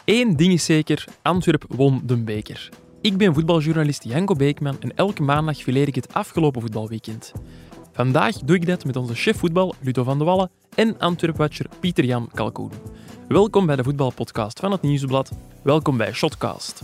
Eén ding is zeker, Antwerpen won de beker. Ik ben voetbaljournalist Janko Beekman en elke maandag fileer ik het afgelopen voetbalweekend. Vandaag doe ik dat met onze chef voetbal Ludo van de Wallen en Antwerp-watcher Pieter-Jan Kalkoen. Welkom bij de voetbalpodcast van het Nieuwsblad. Welkom bij Shotcast.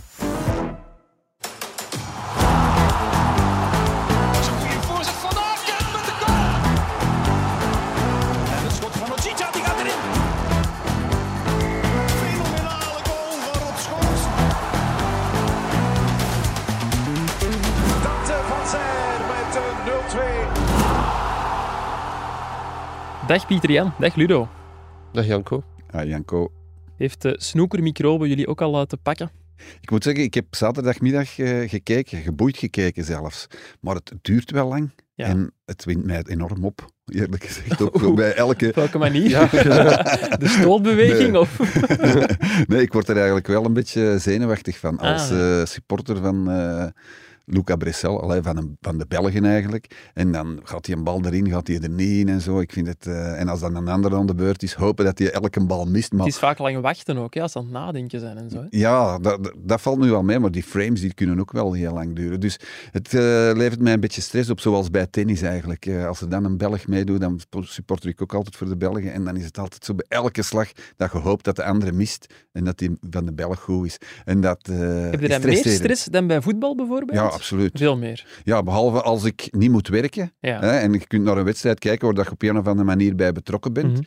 Dag Pieter-Jan, dag Ludo. Dag Janko. Ja, Janko. Heeft de snoekermicrobe jullie ook al te pakken? Ik moet zeggen, ik heb zaterdagmiddag gekeken, geboeid gekeken zelfs. Maar het duurt wel lang en het wint mij enorm op, eerlijk gezegd. Ook bij elke... Op welke manier? Ja. De stootbeweging? Nee. Of? Nee, ik word er eigenlijk wel een beetje zenuwachtig van. Als supporter van... Luca Bressel, van de Belgen eigenlijk. En dan gaat hij een bal erin, gaat hij er niet in en zo. Ik vind het, en als dan een ander aan de beurt is, hopen dat hij elke bal mist. Maar... Het is vaak lang wachten ook, als ze aan het nadenken zijn en zo. Hè? Ja, dat valt nu wel mee, maar die frames die kunnen ook wel heel lang duren. Dus het levert mij een beetje stress op, zoals bij tennis eigenlijk. Als er dan een Belg meedoet, dan supporter ik ook altijd voor de Belgen. En dan is het altijd zo bij elke slag dat je hoopt dat de andere mist en dat die van de Belg goed is. En dat, heb je dan meer stress dan bij voetbal bijvoorbeeld? Ja, absoluut. Veel meer. Ja, behalve als ik niet moet werken. Ja. Hè, en je kunt naar een wedstrijd kijken waar je op een of andere manier bij betrokken bent.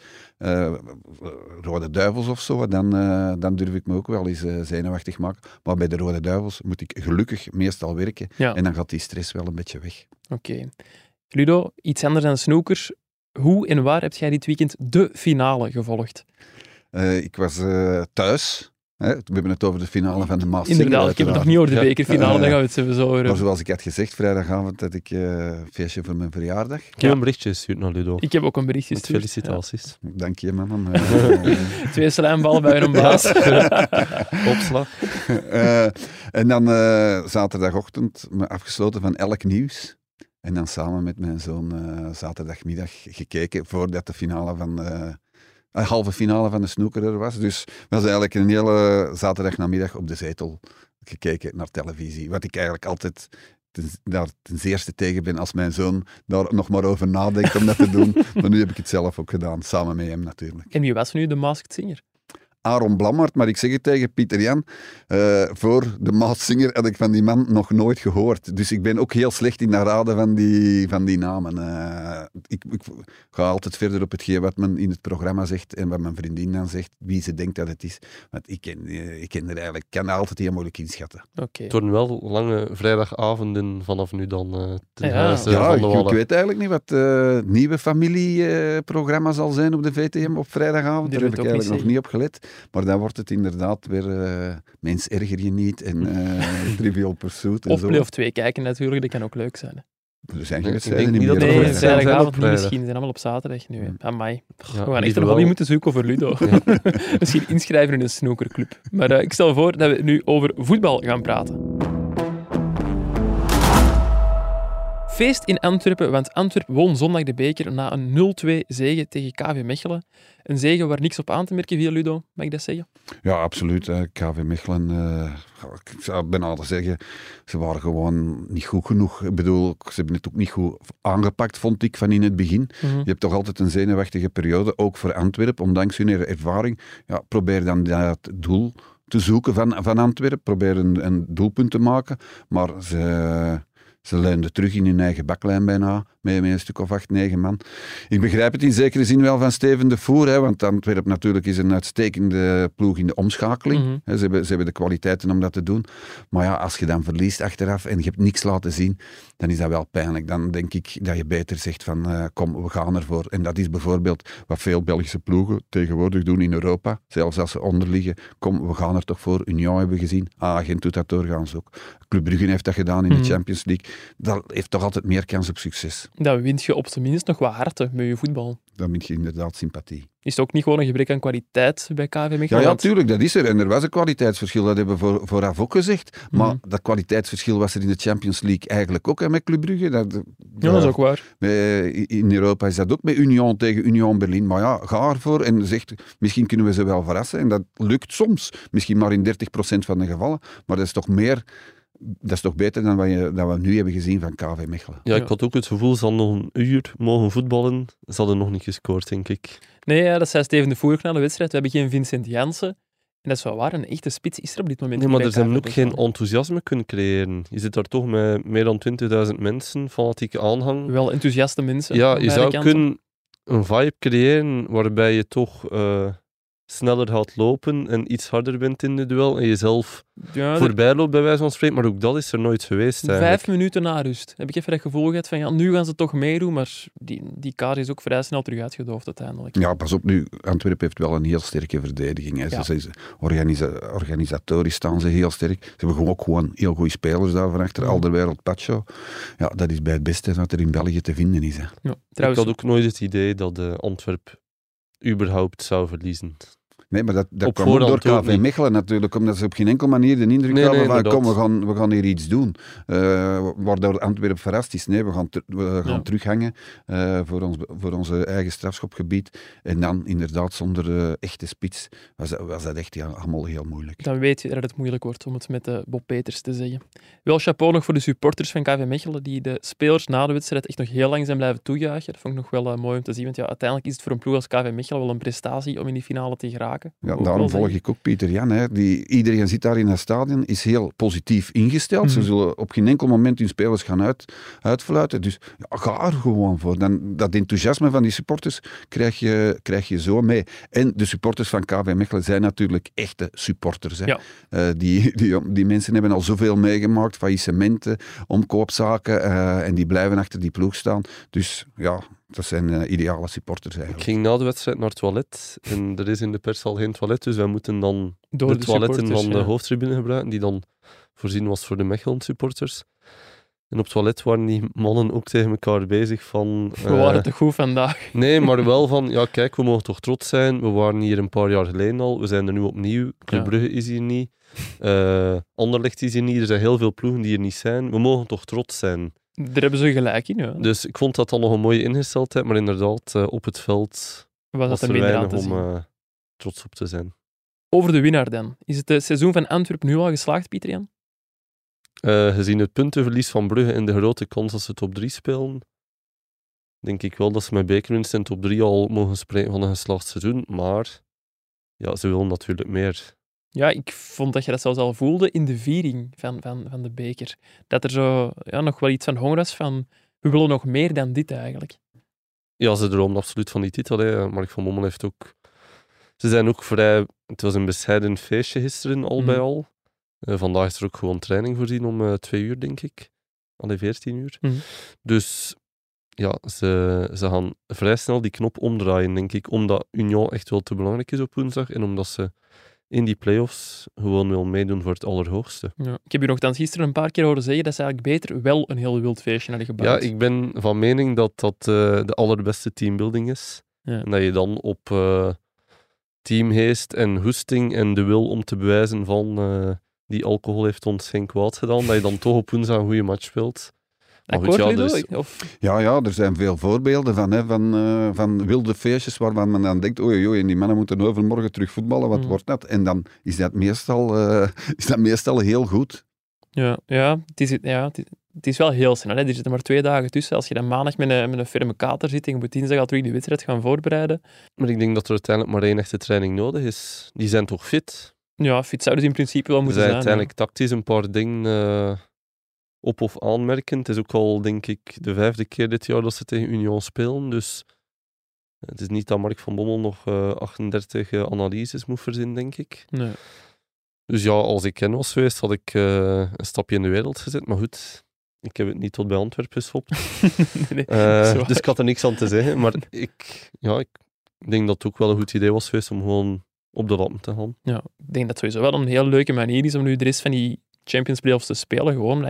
Rode Duivels of zo, dan durf ik me ook wel eens zenuwachtig maken. Maar bij de Rode Duivels moet ik gelukkig meestal werken. Ja. En dan gaat die stress wel een beetje weg. Oké. Ludo, iets anders dan snoekers. Hoe en waar heb jij dit weekend de finale gevolgd? Ik was thuis. We hebben het over de finale van de Maas. Inderdaad, ik heb het nog niet over de bekerfinale, dan gaan we het zo over. Maar zoals ik had gezegd, vrijdagavond had ik een feestje voor mijn verjaardag. Ik heb een berichtje gestuurd naar Ludo. Ik heb ook een berichtje gestuurd. Felicitaties. Ja. Dank je, man. 2 slijmballen bij een baas. Opslag. En dan zaterdagochtend me afgesloten van elk nieuws. En dan samen met mijn zoon zaterdagmiddag gekeken voordat de finale van... halve finale van de snooker er was. Dus het was eigenlijk een hele zaterdagnamiddag op de zetel gekeken naar televisie. Wat ik eigenlijk altijd daar ten zeerste tegen ben als mijn zoon daar nog maar over nadenkt om dat te doen. Maar nu heb ik het zelf ook gedaan, samen met hem natuurlijk. En wie was nu de Masked Singer? Aaron Blammert, maar ik zeg het tegen Pieter-Jan, voor de Masked Singer had ik van die man nog nooit gehoord. Dus ik ben ook heel slecht in het raden van die namen. Ik ga altijd verder op hetgeen wat men in het programma zegt en wat mijn vriendin dan zegt, wie ze denkt dat het is. Want ik ken er eigenlijk, kan altijd heel moeilijk inschatten. Okay. Het worden wel lange vrijdagavonden vanaf nu dan ten huize van de Wallen. Ik weet eigenlijk niet wat het nieuwe familieprogramma zal zijn op de VTM op vrijdagavond. Daar heb ik eigenlijk nog niet op gelet. Maar dan wordt het inderdaad weer Mens erger je niet en Trivial Pursuit en of zo. Play of 2 kijken natuurlijk, dat kan ook leuk zijn. Hè? Er zijn geen wedstrijden niet meer. dat Nee, er vrijdagavond niet vrijdag. misschien. Ze zijn allemaal op zaterdag nu. Amai. Ja, we gaan echt een hobby moeten zoeken voor Ludo. Ja. Misschien inschrijven in een snookerclub. Maar ik stel voor dat we nu over voetbal gaan praten. Feest in Antwerpen, want Antwerpen won zondag de beker na een 0-2 zege tegen KV Mechelen. Een zege waar niks op aan te merken via Ludo, mag ik dat zeggen? Ja, absoluut. KV Mechelen, ik zou bijna zeggen, ze waren gewoon niet goed genoeg. Ik bedoel, ze hebben het ook niet goed aangepakt, vond ik, van in het begin. Je hebt toch altijd een zenuwachtige periode, ook voor Antwerpen, ondanks hun ervaring. Ja, probeer dan dat doel te zoeken van Antwerpen, probeer een doelpunt te maken, maar ze leunden terug in hun eigen baklijn bijna, met een stuk of 8, 9 man. Ik begrijp het in zekere zin wel van Steven de Voer, hè, want Antwerpen natuurlijk is een uitstekende ploeg in de omschakeling. Hè, ze hebben de kwaliteiten om dat te doen. Maar ja, als je dan verliest achteraf en je hebt niks laten zien, dan is dat wel pijnlijk. Dan denk ik dat je beter zegt van kom, we gaan ervoor. En dat is bijvoorbeeld wat veel Belgische ploegen tegenwoordig doen in Europa. Zelfs als ze onderliggen, kom, we gaan er toch voor. Union hebben we gezien. Gent doet dat doorgaans ook. Club Brugge heeft dat gedaan in de Champions League. Dat heeft toch altijd meer kans op succes. Dan wint je op zijn minst nog wat harten met je voetbal. Dan wint je inderdaad sympathie. Is het ook niet gewoon een gebrek aan kwaliteit bij KV Mechelen? Ja, tuurlijk, dat is er. En er was een kwaliteitsverschil, dat hebben we vooraf ook gezegd. Maar dat kwaliteitsverschil was er in de Champions League eigenlijk ook, hè, met Club Brugge. Dat is ook waar. In Europa is dat ook met Union tegen Union Berlin. Maar ja, ga ervoor en zegt, misschien kunnen we ze wel verrassen. En dat lukt soms, misschien maar in 30% van de gevallen. Maar dat is toch meer... Dat is toch beter dan wat we nu hebben gezien van KV Mechelen. Ja, ik had ook het gevoel, ze hadden nog een uur mogen voetballen. Ze hadden nog niet gescoord, denk ik. Nee, ja, dat zei Steven de Voer na de wedstrijd. We hebben geen Vincent Janssen. En dat is wel waar, een echte spits is er op dit moment. Nee, maar er zijn ook geen enthousiasme kunnen creëren. Je zit daar toch met meer dan 20.000 mensen, fanatieke aanhang. Wel enthousiaste mensen. Ja, je zou kunnen een vibe creëren waarbij je toch sneller gaat lopen en iets harder bent in de duel en jezelf voorbij loopt, bij wijze van spreken. Maar ook dat is er nooit geweest. 5 minuten na rust heb ik even dat gevoel gehad van ja, nu gaan ze toch meedoen, maar die kaart is ook vrij snel terug uitgedoofd uiteindelijk. Ja, pas op nu. Antwerpen heeft wel een heel sterke verdediging. Hè. Ja. Organisatorisch staan ze heel sterk. Ze hebben ook gewoon heel goede spelers daar van achter. Alderweireld, Pacho. Ja, dat is bij het beste wat er in België te vinden is. Hè. Ja, ik had ook nooit het idee dat Antwerp überhaupt zou verliezen. Nee, maar dat kwam ook door KV Mechelen natuurlijk, omdat ze op geen enkele manier de indruk hadden van kom, we gaan hier iets doen. Waardoor Antwerpen verrast is. Nee, we gaan terughangen voor onze eigen strafschopgebied. En dan inderdaad zonder echte spits was dat echt allemaal heel moeilijk. Dan weet je dat het moeilijk wordt, om het met Bob Peters te zeggen. Wel chapeau nog voor de supporters van KV Mechelen, die de spelers na de wedstrijd echt nog heel lang zijn blijven toejuichen. Dat vond ik nog wel mooi om te zien, want ja, uiteindelijk is het voor een ploeg als KV Mechelen wel een prestatie om in die finale te geraken. Ja, daarom volg ik ook Pieter Jan. Hè. Iedereen zit daar in het stadion, is heel positief ingesteld. Ze zullen op geen enkel moment hun spelers gaan uitfluiten. Dus ja, ga er gewoon voor. Dat enthousiasme van die supporters krijg je zo mee. En de supporters van KV Mechelen zijn natuurlijk echte supporters. Hè. Ja. Die mensen hebben al zoveel meegemaakt, faillissementen, omkoopzaken, en die blijven achter die ploeg staan. Dus ja... Dat zijn ideale supporters eigenlijk. Ik ging na de wedstrijd naar het toilet en er is in de pershal geen toilet, dus wij moeten dan de toiletten van de hoofdtribune gebruiken, die dan voorzien was voor de Mechelen supporters. En op het toilet waren die mannen ook tegen elkaar bezig van... We waren te goed vandaag. Nee, maar wel van, ja kijk, we mogen toch trots zijn, we waren hier een paar jaar geleden al, we zijn er nu opnieuw, Club Brugge is hier niet, Anderlecht is hier niet, er zijn heel veel ploegen die hier niet zijn, we mogen toch trots zijn. Daar hebben ze gelijk in, ja. Dus ik vond dat dan nog een mooie ingesteldheid, maar inderdaad, op het veld was er weinig om trots op te zijn. Over de winnaar dan. Is het seizoen van Antwerpen nu al geslaagd, Pieter Jan? Gezien het puntenverlies van Brugge en de grote kans dat ze top 3 spelen, denk ik wel dat ze met bekerwinst in top 3 al mogen spreken van een geslaagd seizoen, maar ja, ze willen natuurlijk meer. Ja, ik vond dat je dat zelfs al voelde in de viering van de beker. Dat er zo nog wel iets van honger was van, we willen nog meer dan dit eigenlijk. Ja, ze droomden absoluut van die titel. Hè. Mark van Bommel heeft ook... Ze zijn ook vrij... Het was een bescheiden feestje gisteren, al bij al. Vandaag is er ook gewoon training voorzien om 2 uur, denk ik. 14 uur. Dus ja, ze gaan vrij snel die knop omdraaien, denk ik. Omdat Union echt wel te belangrijk is op woensdag. En omdat ze in die play-offs gewoon wil meedoen voor het allerhoogste. Ja. Ik heb je nogthans gisteren een paar keer horen zeggen dat ze eigenlijk beter wel een heel wild feestje hadden gebouwd. Ja, ik ben van mening dat dat de allerbeste teambuilding is. Ja. En dat je dan op teamgeest en hoesting en de wil om te bewijzen van die alcohol heeft ons geen kwaad gedaan, dat je dan toch op woensdag een goede match speelt. Ja, er zijn veel voorbeelden van wilde feestjes waarvan men dan denkt, oei, en die mannen moeten overmorgen terug voetballen, wat wordt dat? En dan is dat meestal heel goed. Ja, het is wel heel snel. Hè. Er zitten maar 2 dagen tussen. Als je dan maandag met een ferme kater zit en je moet dinsdag al terug die wedstrijd gaan voorbereiden. Maar ik denk dat er uiteindelijk maar 1 echte training nodig is. Die zijn toch fit? Ja, fit zouden ze in principe wel moeten zijn. Uiteindelijk tactisch een paar dingen... op- of aanmerken. Het is ook al, denk ik, de 5e keer dit jaar dat ze tegen Union spelen. Dus het is niet dat Mark van Bommel nog 38 analyses moet verzinnen, denk ik. Nee. Dus ja, als ik ken was geweest, had ik een stapje in de wereld gezet. Maar goed, ik heb het niet tot bij Antwerpen geschopt. Nee, dus ik had er niks aan te zeggen. Maar ik denk dat het ook wel een goed idee was geweest om gewoon op de lappen te gaan. Ja, ik denk dat het sowieso wel een heel leuke manier is om nu de rest van die Champions Playoffs te spelen. Gewoon,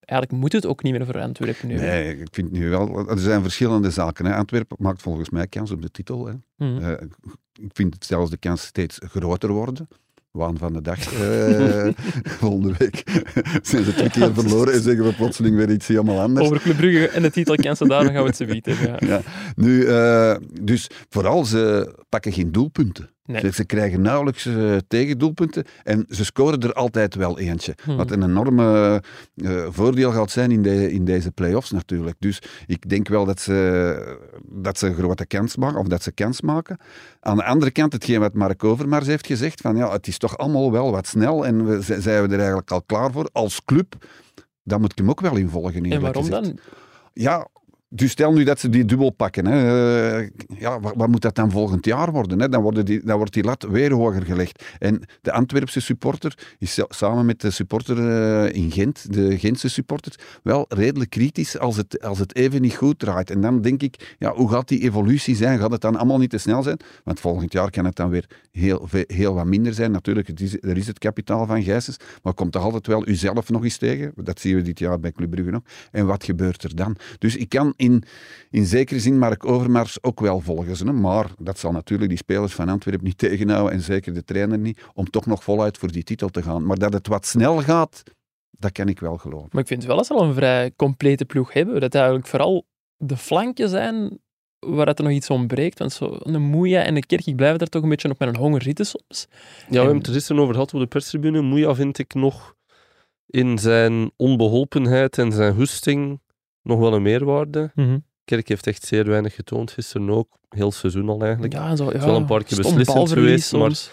eigenlijk moet het ook niet meer voor Antwerpen nu. Nee, ik vind nu wel... Er zijn verschillende zaken. Hè. Antwerpen maakt volgens mij kans op de titel. Hè. Ik vind het zelfs de kans steeds groter worden. Waan van de dag. Volgende week zijn ze 2 keer verloren en zeggen we plotseling weer iets helemaal anders. Over Club Brugge en de titelkansen daar, dan gaan we het zo weten. Ja. Ja. Nu, dus vooral, ze pakken geen doelpunten. Nee. Ze krijgen nauwelijks tegendoelpunten en ze scoren er altijd wel eentje. Wat een enorme voordeel gaat zijn in deze play-offs natuurlijk. Dus ik denk wel dat ze een grote kans maken, of dat ze kans maken. Aan de andere kant, hetgeen wat Mark Overmars heeft gezegd, van ja, het is toch allemaal wel wat snel en zijn we er eigenlijk al klaar voor. Als club, dan moet ik hem ook wel in volgen. En waarom dan? Ja... Dus stel nu dat ze die dubbel pakken. Hè. Wat moet dat dan volgend jaar worden? Hè? Dan wordt die lat weer hoger gelegd. En de Antwerpse supporter is samen met de supporter in Gent, de Gentse supporter, wel redelijk kritisch als het even niet goed draait. En dan denk ik, ja, hoe gaat die evolutie zijn? Gaat het dan allemaal niet te snel zijn? Want volgend jaar kan het dan weer heel wat minder zijn. Natuurlijk, er is het kapitaal van Gijsens, maar komt toch altijd wel uzelf nog eens tegen. Dat zien we dit jaar bij Club Brugge nog. En wat gebeurt er dan? Dus ik kan in zekere zin Mark Overmars ook wel volgen ze. Maar dat zal natuurlijk die spelers van Antwerpen niet tegenhouden en zeker de trainer niet, om toch nog voluit voor die titel te gaan. Maar dat het wat snel gaat, dat kan ik wel geloven. Maar ik vind wel dat ze al een vrij complete ploeg hebben. Dat eigenlijk vooral de flanken zijn waar het er nog iets ontbreekt. Want zo een Moeja en een Kerk blijven er toch een beetje op met een honger zitten soms. Ja, we hebben het er gisteren over gehad op de perstribune. Moeja vind ik nog in zijn onbeholpenheid en zijn hoesting nog wel een meerwaarde. Kerk heeft echt zeer weinig getoond gisteren ook. Heel seizoen al eigenlijk. Ja, zo, het is wel een paar keer beslissend geweest, maar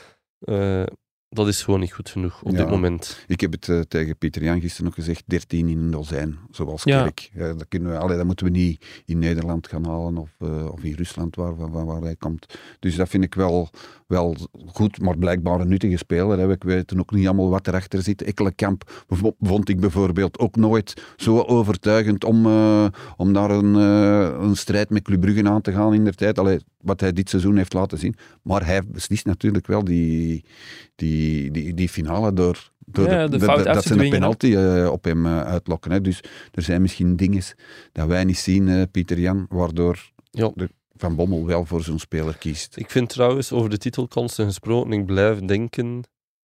dat is gewoon niet goed genoeg op dit moment. Ik heb het tegen Pieter Jan gisteren nog gezegd, 13 in een dozijn, zoals Kerk. Ja, dat moeten we niet in Nederland gaan halen of in Rusland waar hij komt. Dus dat vind ik wel goed, maar blijkbaar een nuttige speler. Hè. We weten ook niet allemaal wat erachter zit. Ekkelenkamp vond ik bijvoorbeeld ook nooit zo overtuigend om daar een strijd met Club Brugge aan te gaan in der tijd. Wat hij dit seizoen heeft laten zien. Maar hij beslist natuurlijk wel die finale door dat ze een penalty op hem uitlokken. Hè. Dus er zijn misschien dingen dat wij niet zien, Pieter Jan, waardoor Van Bommel wel voor zo'n speler kiest. Ik vind trouwens, over de titelkansen gesproken, ik blijf denken,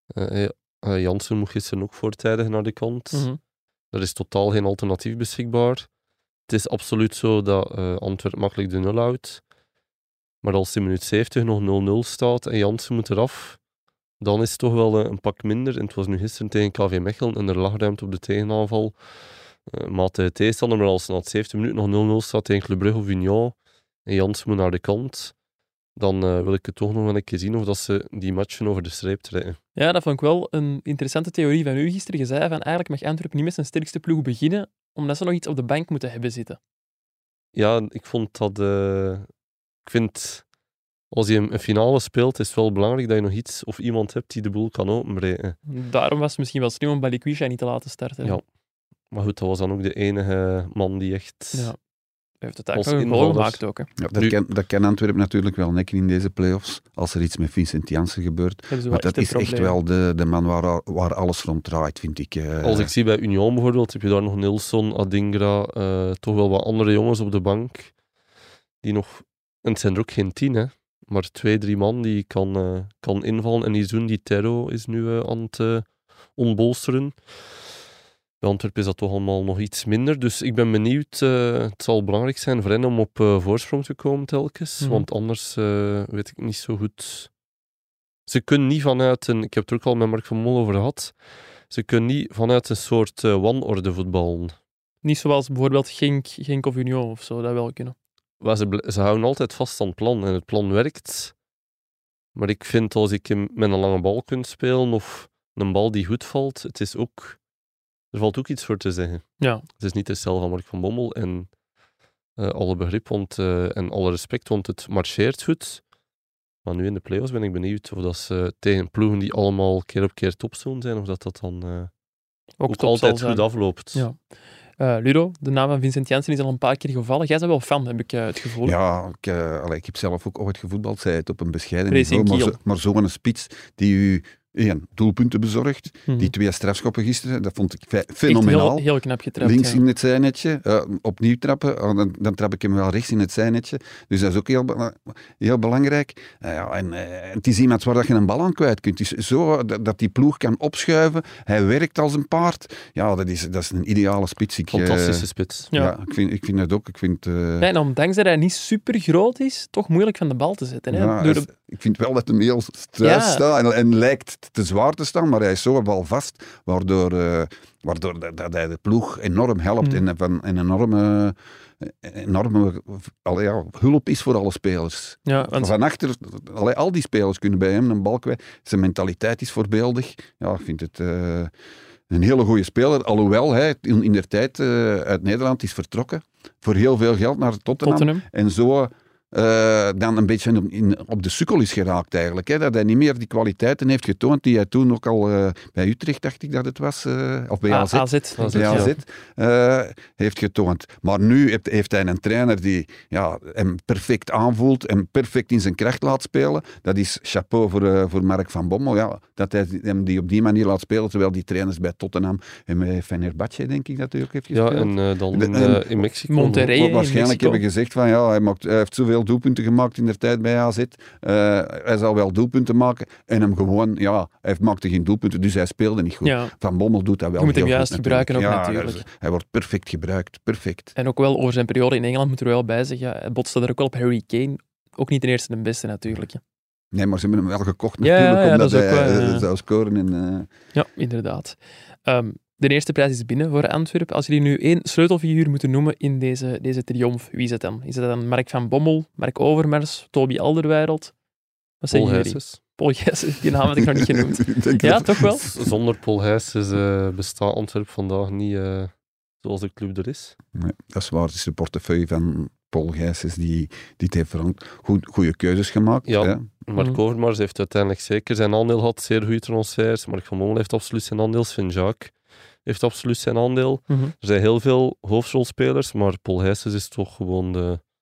Jansen moet gisteren ook voortijdig naar de kant. Er is totaal geen alternatief beschikbaar. Het is absoluut zo dat Antwerpen makkelijk de 0 houdt. Maar als in minuut 70 nog 0-0 staat en Jansen moet eraf, dan is het toch wel een pak minder. En het was nu gisteren tegen KV Mechelen en er lag ruimte op de tegenaanval. Matige tegenstander, maar als na het 70 minuten nog 0-0 staat tegen Club Brugge of Union en Jansen moet naar de kant, dan wil ik het toch nog een keer zien of dat ze die matchen over de streep trekken. Ja, dat vond ik wel een interessante theorie van u gisteren. Je zei van eigenlijk mag Antwerpen niet met zijn sterkste ploeg beginnen, omdat ze nog iets op de bank moeten hebben zitten. Ja, ik vond dat... Ik vind, als je een finale speelt, is het wel belangrijk dat je nog iets of iemand hebt die de boel kan openbreken. Daarom was het misschien wel slim om Balikwisha niet te laten starten. Ja, maar goed, dat was dan ook de enige man die echt... Ja. Hij heeft het eigenlijk een goal gemaakt ook. Hè. Ja, dat kan Antwerpen natuurlijk wel nekken in deze play-offs, als er iets met Vincent Janssen gebeurt. Want dat is echt wel de man waar alles rond draait, vind ik. Als ik zie bij Union bijvoorbeeld, heb je daar nog Nilsson, Adingra, toch wel wat andere jongens op de bank, die nog... En het zijn er ook geen 10, hè. Maar 2-3 man die kan invallen. En Izoun, die Terro, is nu aan het ontbolsteren. Bij Antwerpen is dat toch allemaal nog iets minder. Dus ik ben benieuwd. Het zal belangrijk zijn voor hen om op voorsprong te komen telkens. Want anders weet ik niet zo goed. Ze kunnen niet vanuit een... Ik heb het er ook al met Mark van Mol over gehad. Ze kunnen niet vanuit een soort wanorde voetballen. Niet zoals bijvoorbeeld Genk of Union of zo, dat wel kunnen. Ze houden altijd vast aan het plan en het plan werkt. Maar ik vind als ik met een lange bal kunt spelen of een bal die goed valt, er valt ook iets voor te zeggen. Ja. Het is niet de stijl van Mark van Bommel en alle begrip en alle respect, want het marcheert goed. Maar nu in de play-offs ben ik benieuwd of dat ze tegen ploegen die allemaal keer op keer topzone zijn, of dat dan ook altijd goed afloopt. Ja. Ludo, de naam van Vincent Janssen is al een paar keer gevallen. Jij bent wel fan, heb ik het gevoel. Ja, ik heb zelf ook ooit gevoetbald, zei het op een bescheiden niveau. Maar zo'n spits die u doelpunten bezorgd. Mhm. Die 2 strafschoppen gisteren, dat vond ik fenomenaal. Echt heel knap getrapt. Links ja. in het zijnetje, opnieuw trappen, dan trap ik hem wel rechts in het zijnetje. Dus dat is ook heel belangrijk. En het is iemand waar je een bal aan kwijt kunt. Het is zo dat die ploeg kan opschuiven. Hij werkt als een paard. Ja, dat is een ideale spits. Fantastische spits. Ja, ik vind dat ook. Ja, en ondanks dat hij niet super groot is, toch moeilijk van de bal te zetten. Hè? Ja, Door ik vind wel dat hij heel struis staat en lijkt te zwaar te staan, maar hij is zo balvast, waardoor dat hij de ploeg enorm helpt en een enorme hulp is voor alle spelers. Ja, want Van achter, al die spelers kunnen bij hem een bal kwijt. Zijn mentaliteit is voorbeeldig. Ja, ik vind het een hele goede speler, alhoewel hij in der tijd uit Nederland is vertrokken voor heel veel geld naar Tottenham. En zo dan een beetje op de sukkel is geraakt eigenlijk. Hè? Dat hij niet meer die kwaliteiten heeft getoond die hij toen ook al bij Utrecht, dacht ik dat het was, of bij AZ, heeft getoond. Maar nu heeft hij een trainer die hem perfect aanvoelt en perfect in zijn kracht laat spelen. Dat is chapeau voor Mark van Bommel. Ja, dat hij hem die op die manier laat spelen, terwijl die trainers bij Tottenham en bij Fenerbahce, denk ik dat hij ook heeft gespeeld. Ja, en dan in Mexico. Monterrey. Waarschijnlijk hebben gezegd van hij heeft zoveel doelpunten gemaakt in der tijd bij AZ. Hij zal wel doelpunten maken en hem gewoon, hij maakte geen doelpunten, dus hij speelde niet goed. Ja. Van Bommel doet dat wel. Je moet hem heel juist goed, gebruiken ook natuurlijk. natuurlijk. Hij wordt perfect gebruikt, perfect. En ook wel over zijn periode in Engeland moeten we wel bij zeggen, hij botste er ook wel op Harry Kane. Ook niet de eerste en beste natuurlijk. Ja. Nee, maar ze hebben hem wel gekocht natuurlijk, omdat hij zou scoren. Ja, inderdaad. De eerste prijs is binnen voor Antwerpen. Als jullie nu 1 sleutelfiguur moeten noemen in deze triomf, wie is het dan? Is het dan Mark van Bommel, Mark Overmars, Toby Alderweireld? Wat zeggen jullie? Paul Gijsens, die naam had ik nog niet genoemd. Ja, toch wel? Zonder Paul Gijsens bestaat Antwerpen vandaag niet zoals de club er is. Nee, dat is waar. Het is de portefeuille van Paul Gijsens die het heeft goede keuzes gemaakt. Ja, hè? Mark Overmars heeft uiteindelijk zeker zijn aandeel gehad, zeer goede transfers. Mark van Bommel heeft absoluut zijn aandeel. Sven Jaak heeft absoluut zijn aandeel. Er zijn heel veel hoofdrolspelers, maar Paul Gijsens is toch gewoon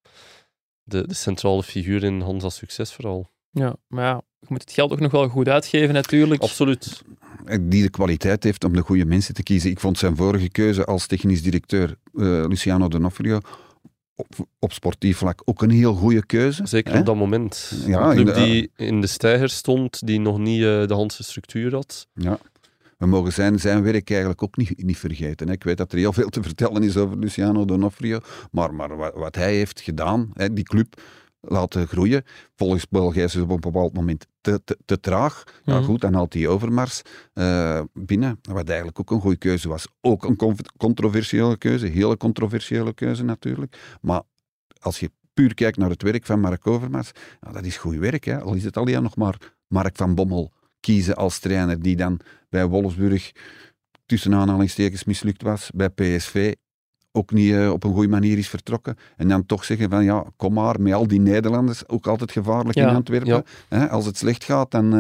de centrale figuur in Hansa's succesverhaal. Ja, maar je moet het geld ook nog wel goed uitgeven natuurlijk. Absoluut. Die de kwaliteit heeft om de goede mensen te kiezen. Ik vond zijn vorige keuze als technisch directeur, Luciano D'Onofrio, op sportief vlak ook een heel goede keuze. Zeker op dat moment. Ja, een club die in de steiger stond, die nog niet de Hanse structuur had. Ja. We mogen zijn werk eigenlijk ook niet vergeten. Hè. Ik weet dat er heel veel te vertellen is over Luciano D'Onofrio, maar wat hij heeft gedaan, die club laten groeien. Volgens Paul Gijsens op een bepaald moment te traag. Ja, goed, dan haalt hij Overmars binnen. Wat eigenlijk ook een goede keuze was. Ook een controversiële keuze. Hele controversiële keuze natuurlijk. Maar als je puur kijkt naar het werk van Mark Overmars, dat is goed werk. Hè. Al is het alleen nog maar Mark van Bommel kiezen als trainer, die dan bij Wolfsburg tussen aanhalingstekens mislukt was. Bij PSV ook niet op een goede manier is vertrokken. En dan toch zeggen van, kom maar, met al die Nederlanders, ook altijd gevaarlijk in Antwerpen. Ja. Als het slecht gaat, dan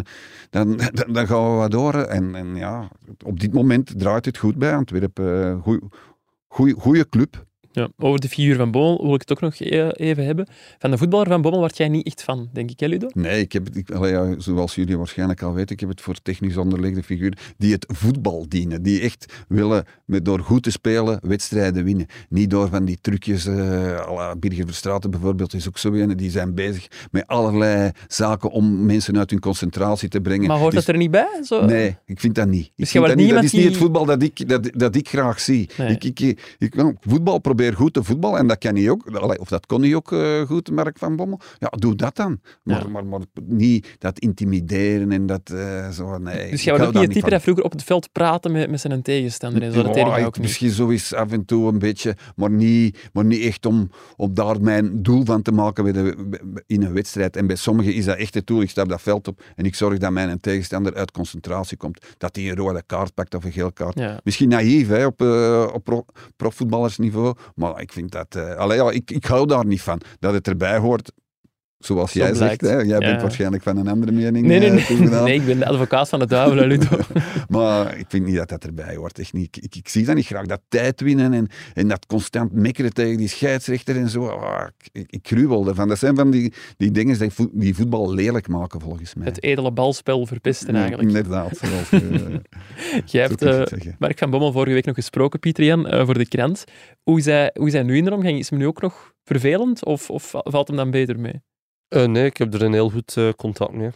gaan we wat door. En op dit moment draait het goed bij Antwerpen. Goede club. Ja, over de figuur van Bommel wil ik het ook nog even hebben. Van de voetballer van Bommel word jij niet echt van, denk ik, hè, Ludo? Nee, zoals jullie waarschijnlijk al weten, ik heb het voor technisch onderlegde figuren die het voetbal dienen. Die echt willen, door goed te spelen, wedstrijden winnen. Niet door van die trucjes, à la Birger Verstraeten bijvoorbeeld, is ook zo een. Die zijn bezig met allerlei zaken om mensen uit hun concentratie te brengen. Maar hoort dat er niet bij? Zo? Nee, ik vind dat niet. Dus dat is niet het voetbal dat ik graag zie. Nee. Ik voetbal probeer goed te voetballen en dat kan hij ook. Of dat kon hij ook goed, Mark van Bommel. Ja, doe dat dan. Maar niet dat intimideren en dat zo, nee. Dus jij was ook niet het type dat vroeger op het veld praten met zijn tegenstander en zo? Dat deed ik ook niet. Misschien zo is af en toe een beetje, maar niet echt om daar mijn doel van te maken in een wedstrijd. En bij sommigen is dat echt het doel. Ik stap dat veld op en ik zorg dat mijn tegenstander uit concentratie komt. Dat hij een rode kaart pakt of een geel kaart. Ja. Misschien naïef op profvoetballersniveau, maar ik vind dat... ik hou daar niet van. Dat het erbij hoort, zoals Zo jij blijkt. zegt. Hè? Jij bent Ja. waarscheinlijk van een andere mening. Nee, toegedaan. nee, ik ben de advocaat van de duivel, hè, Ludo. Maar ik vind niet dat dat erbij hoort. Echt niet. Ik zie dat niet graag. Dat tijd winnen en dat constant mekkeren tegen die scheidsrechter en zo. Ik gruwel ervan. Dat zijn van die dingen die voetbal lelijk maken, volgens mij. Het edele balspel verpesten Ja, eigenlijk. inderdaad. Zoals, Jij zo hebt kun je het zeggen. Mark van Bommel vorige week nog gesproken, Pieter-Jan, voor de krant. Hoe is hij nu in de omgang? Is hem nu ook nog vervelend of valt hem dan beter mee? Nee, ik heb er een heel goed contact mee.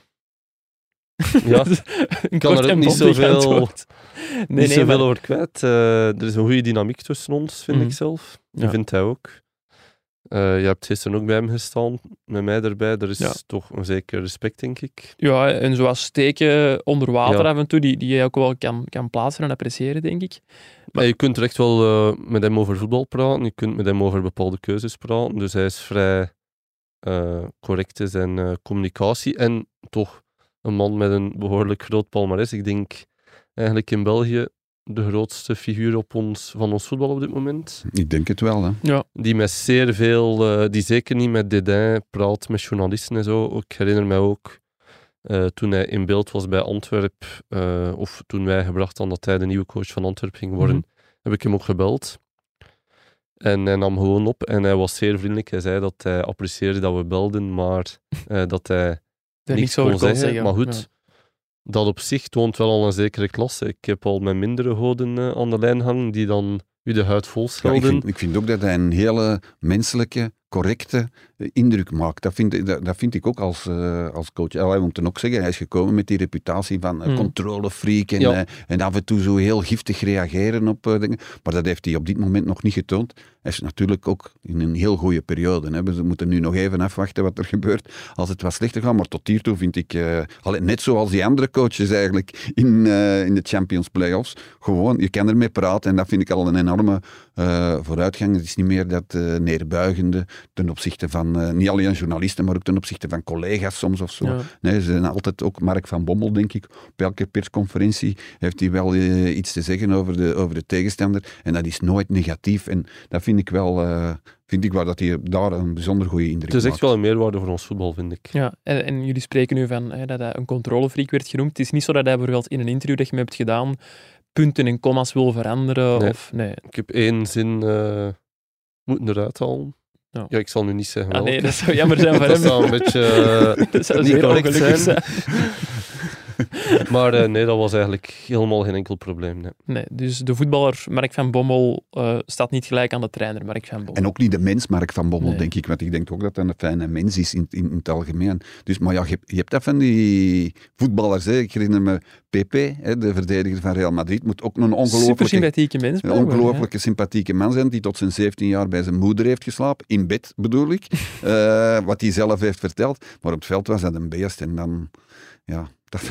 Ja, Een kan kort er ook en niet bondig zoveel, antwoord. niet zoveel maar- over kwijt. Er is een goede dynamiek tussen ons, vind Mhm. ik zelf. Die Ja. vindt hij ook. Je hebt gisteren ook bij hem gestaan, met mij erbij. Er is Ja. toch een zeker respect, denk ik. Ja, en zoals steken onder water Ja. af en toe, die je ook wel kan plaatsen en appreciëren, denk ik. Maar- Je kunt er echt wel met hem over voetbal praten. Je kunt met hem over bepaalde keuzes praten. Dus hij is vrij correct in zijn communicatie. En toch een man met een behoorlijk groot palmares. Ik denk eigenlijk in België de grootste figuur van ons voetbal op dit moment. Ik denk het wel, hè. Die met zeer veel, die zeker niet met dédain praat met journalisten en zo. Ik herinner mij ook toen hij in beeld was bij Antwerp, of toen wij gebracht hadden dat hij de nieuwe coach van Antwerp ging worden, Mhm. heb ik hem ook gebeld. En hij nam gewoon op en hij was zeer vriendelijk. Hij zei dat hij apprecieerde dat we belden, maar dat hij Daar niks niks over kon kon zeggen. zeggen. Maar goed, dat op zich toont wel al een zekere klasse. Ik heb al met mindere goden aan de lijn hangen die dan u de huid vol Ja, schelden. ik vind ook dat hij een hele menselijke, correcte indruk maakt. Dat vind ik ook als coach. Wij moeten ook zeggen, hij is gekomen met die reputatie van controlefreak en, Ja. en af en toe zo heel giftig reageren op dingen. Maar dat heeft hij op dit moment nog niet getoond. Hij is natuurlijk ook in een heel goede periode. Hè. We moeten nu nog even afwachten wat er gebeurt als het wat slechter gaat. Maar tot hiertoe vind ik, net zoals die andere coaches eigenlijk in de Champions Playoffs, gewoon, je kan ermee praten en dat vind ik al een enorme vooruitgang. Het is niet meer dat neerbuigende ten opzichte van, niet alleen journalisten, maar ook ten opzichte van collega's soms of zo. Ja. Nee, ze zijn altijd, ook Mark van Bommel, denk ik, op elke persconferentie heeft hij wel iets te zeggen over de tegenstander. En dat is nooit negatief. En dat vind ik wel dat hij daar een bijzonder goede indruk Het is echt maakt. wel een meerwaarde voor ons voetbal, vind ik. Ja, en jullie spreken nu van dat hij een controlefreak werd genoemd. Het is niet zo dat hij bijvoorbeeld in een interview dat je me hebt gedaan punten en commas wil veranderen. Nee. Of, nee. Ik heb één zin moeten eruit halen. Ja. Ja, ik zal nu niet zeggen Ah, nee, welke. dat zou jammer zijn voor Dat hem. zou een beetje Dat zou niet zeer correct ongelukkig zijn. zijn. Maar nee, dat was eigenlijk helemaal geen enkel probleem. Nee. Nee, dus de voetballer Mark van Bommel staat niet gelijk aan de trainer Mark van Bommel. En ook niet de mens Mark van Bommel, Nee. denk ik. Want ik denk ook dat hij een fijne mens is in het algemeen. Dus, maar ja, je hebt dat van die voetballers. Hè. Ik herinner me Pepe, hè, de verdediger van Real Madrid, moet ook een Super ongelooflijke... sympathieke mens. Een blijkbaar, ongelooflijke sympathieke man zijn, die tot zijn 17 jaar bij zijn moeder heeft geslapen. In bed, bedoel ik. Wat hij zelf heeft verteld. Maar op het veld was dat een beest. En dan... Ja,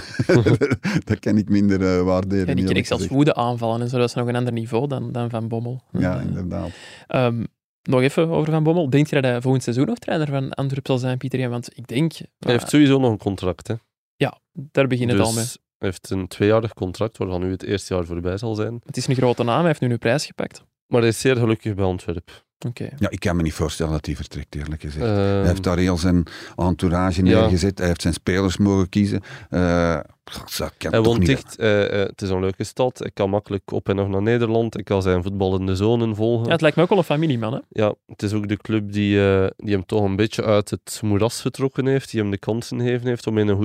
dat kan ik minder waarderen. Ja, die eerlijk kreeg zelfs gezegd. woede aanvallen en zo. Dat is nog een ander niveau dan Van Bommel. Ja, inderdaad. Nog even over Van Bommel. Denk je dat hij volgend seizoen nog trainer van Antwerp zal zijn, Pieter Jan? Want ik denk... Hij heeft sowieso nog een contract. Hè. Daar begint het al mee. Dus hij heeft een 2-jarig contract, waarvan nu het eerste jaar voorbij zal zijn. Het is een grote naam, hij heeft nu een prijs gepakt. Maar hij is zeer gelukkig bij Antwerp. Oké. Ja, ik kan me niet voorstellen dat hij vertrekt, eerlijk gezegd. Ehm, Hij heeft daar heel zijn entourage neergezet. Hij heeft zijn spelers mogen kiezen. Dat kan Hij toch woont niet. dicht. Het is een leuke stad. Hij kan makkelijk op en nog naar Nederland. Hij kan zijn voetballende zonen volgen. Ja, het lijkt me ook wel een familieman, hè? Ja, het is ook de club die hem toch een beetje uit het moeras getrokken heeft, die hem de kansen gegeven heeft om in een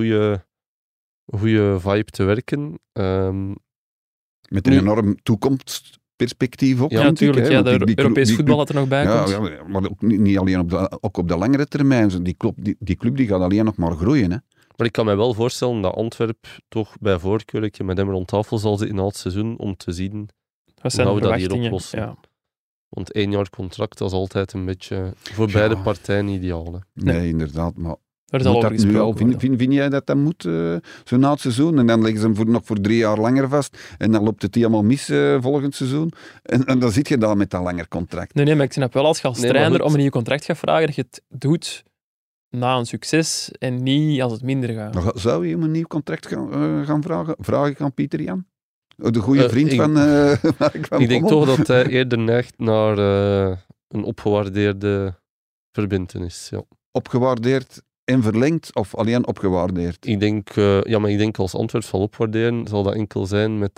goede vibe te werken. Met een nu- enorm toekomstperspectief ook. Ja, vind ik, natuurlijk. hè, Ja, want de die Europees club- voetbal dat er nog bij Ja, komt. ja, maar ook niet alleen ook op de langere termijn. Die club die gaat alleen nog maar groeien. Hè. Maar ik kan me wel voorstellen dat Antwerp toch bij voorkeur een keer met hem rond tafel zal zitten na het seizoen om te zien. Wat zijn hoe de we dat hier verwachtingen? oplossen. Ja. Want 1 jaar contract, dat is altijd een beetje voor Ja. beide partijen ideaal. Hè. Nee, inderdaad. Maar Daar is al moet over dat nu al, gesproken worden. vind jij dat moet zo na het seizoen? En dan leggen ze hem nog voor 3 jaar langer vast. En dan loopt het helemaal mis volgend seizoen. En dan zit je dan met dat langer contract. Nee, maar ik snap wel als je als Nee, maar trainer goed. om een nieuw contract gaat vragen, dat je het doet na een succes en niet als het minder gaat. Dan zou je hem een nieuw contract gaan vragen? Vraag ik aan Pieter Jan? De goede vriend ik- van Mark van Ik denk Bommel. toch dat hij eerder neigt naar een opgewaardeerde verbintenis. Ja. Opgewaardeerd en verlengd of alleen opgewaardeerd? Ik denk als Antwerp zal opwaarderen, zal dat enkel zijn met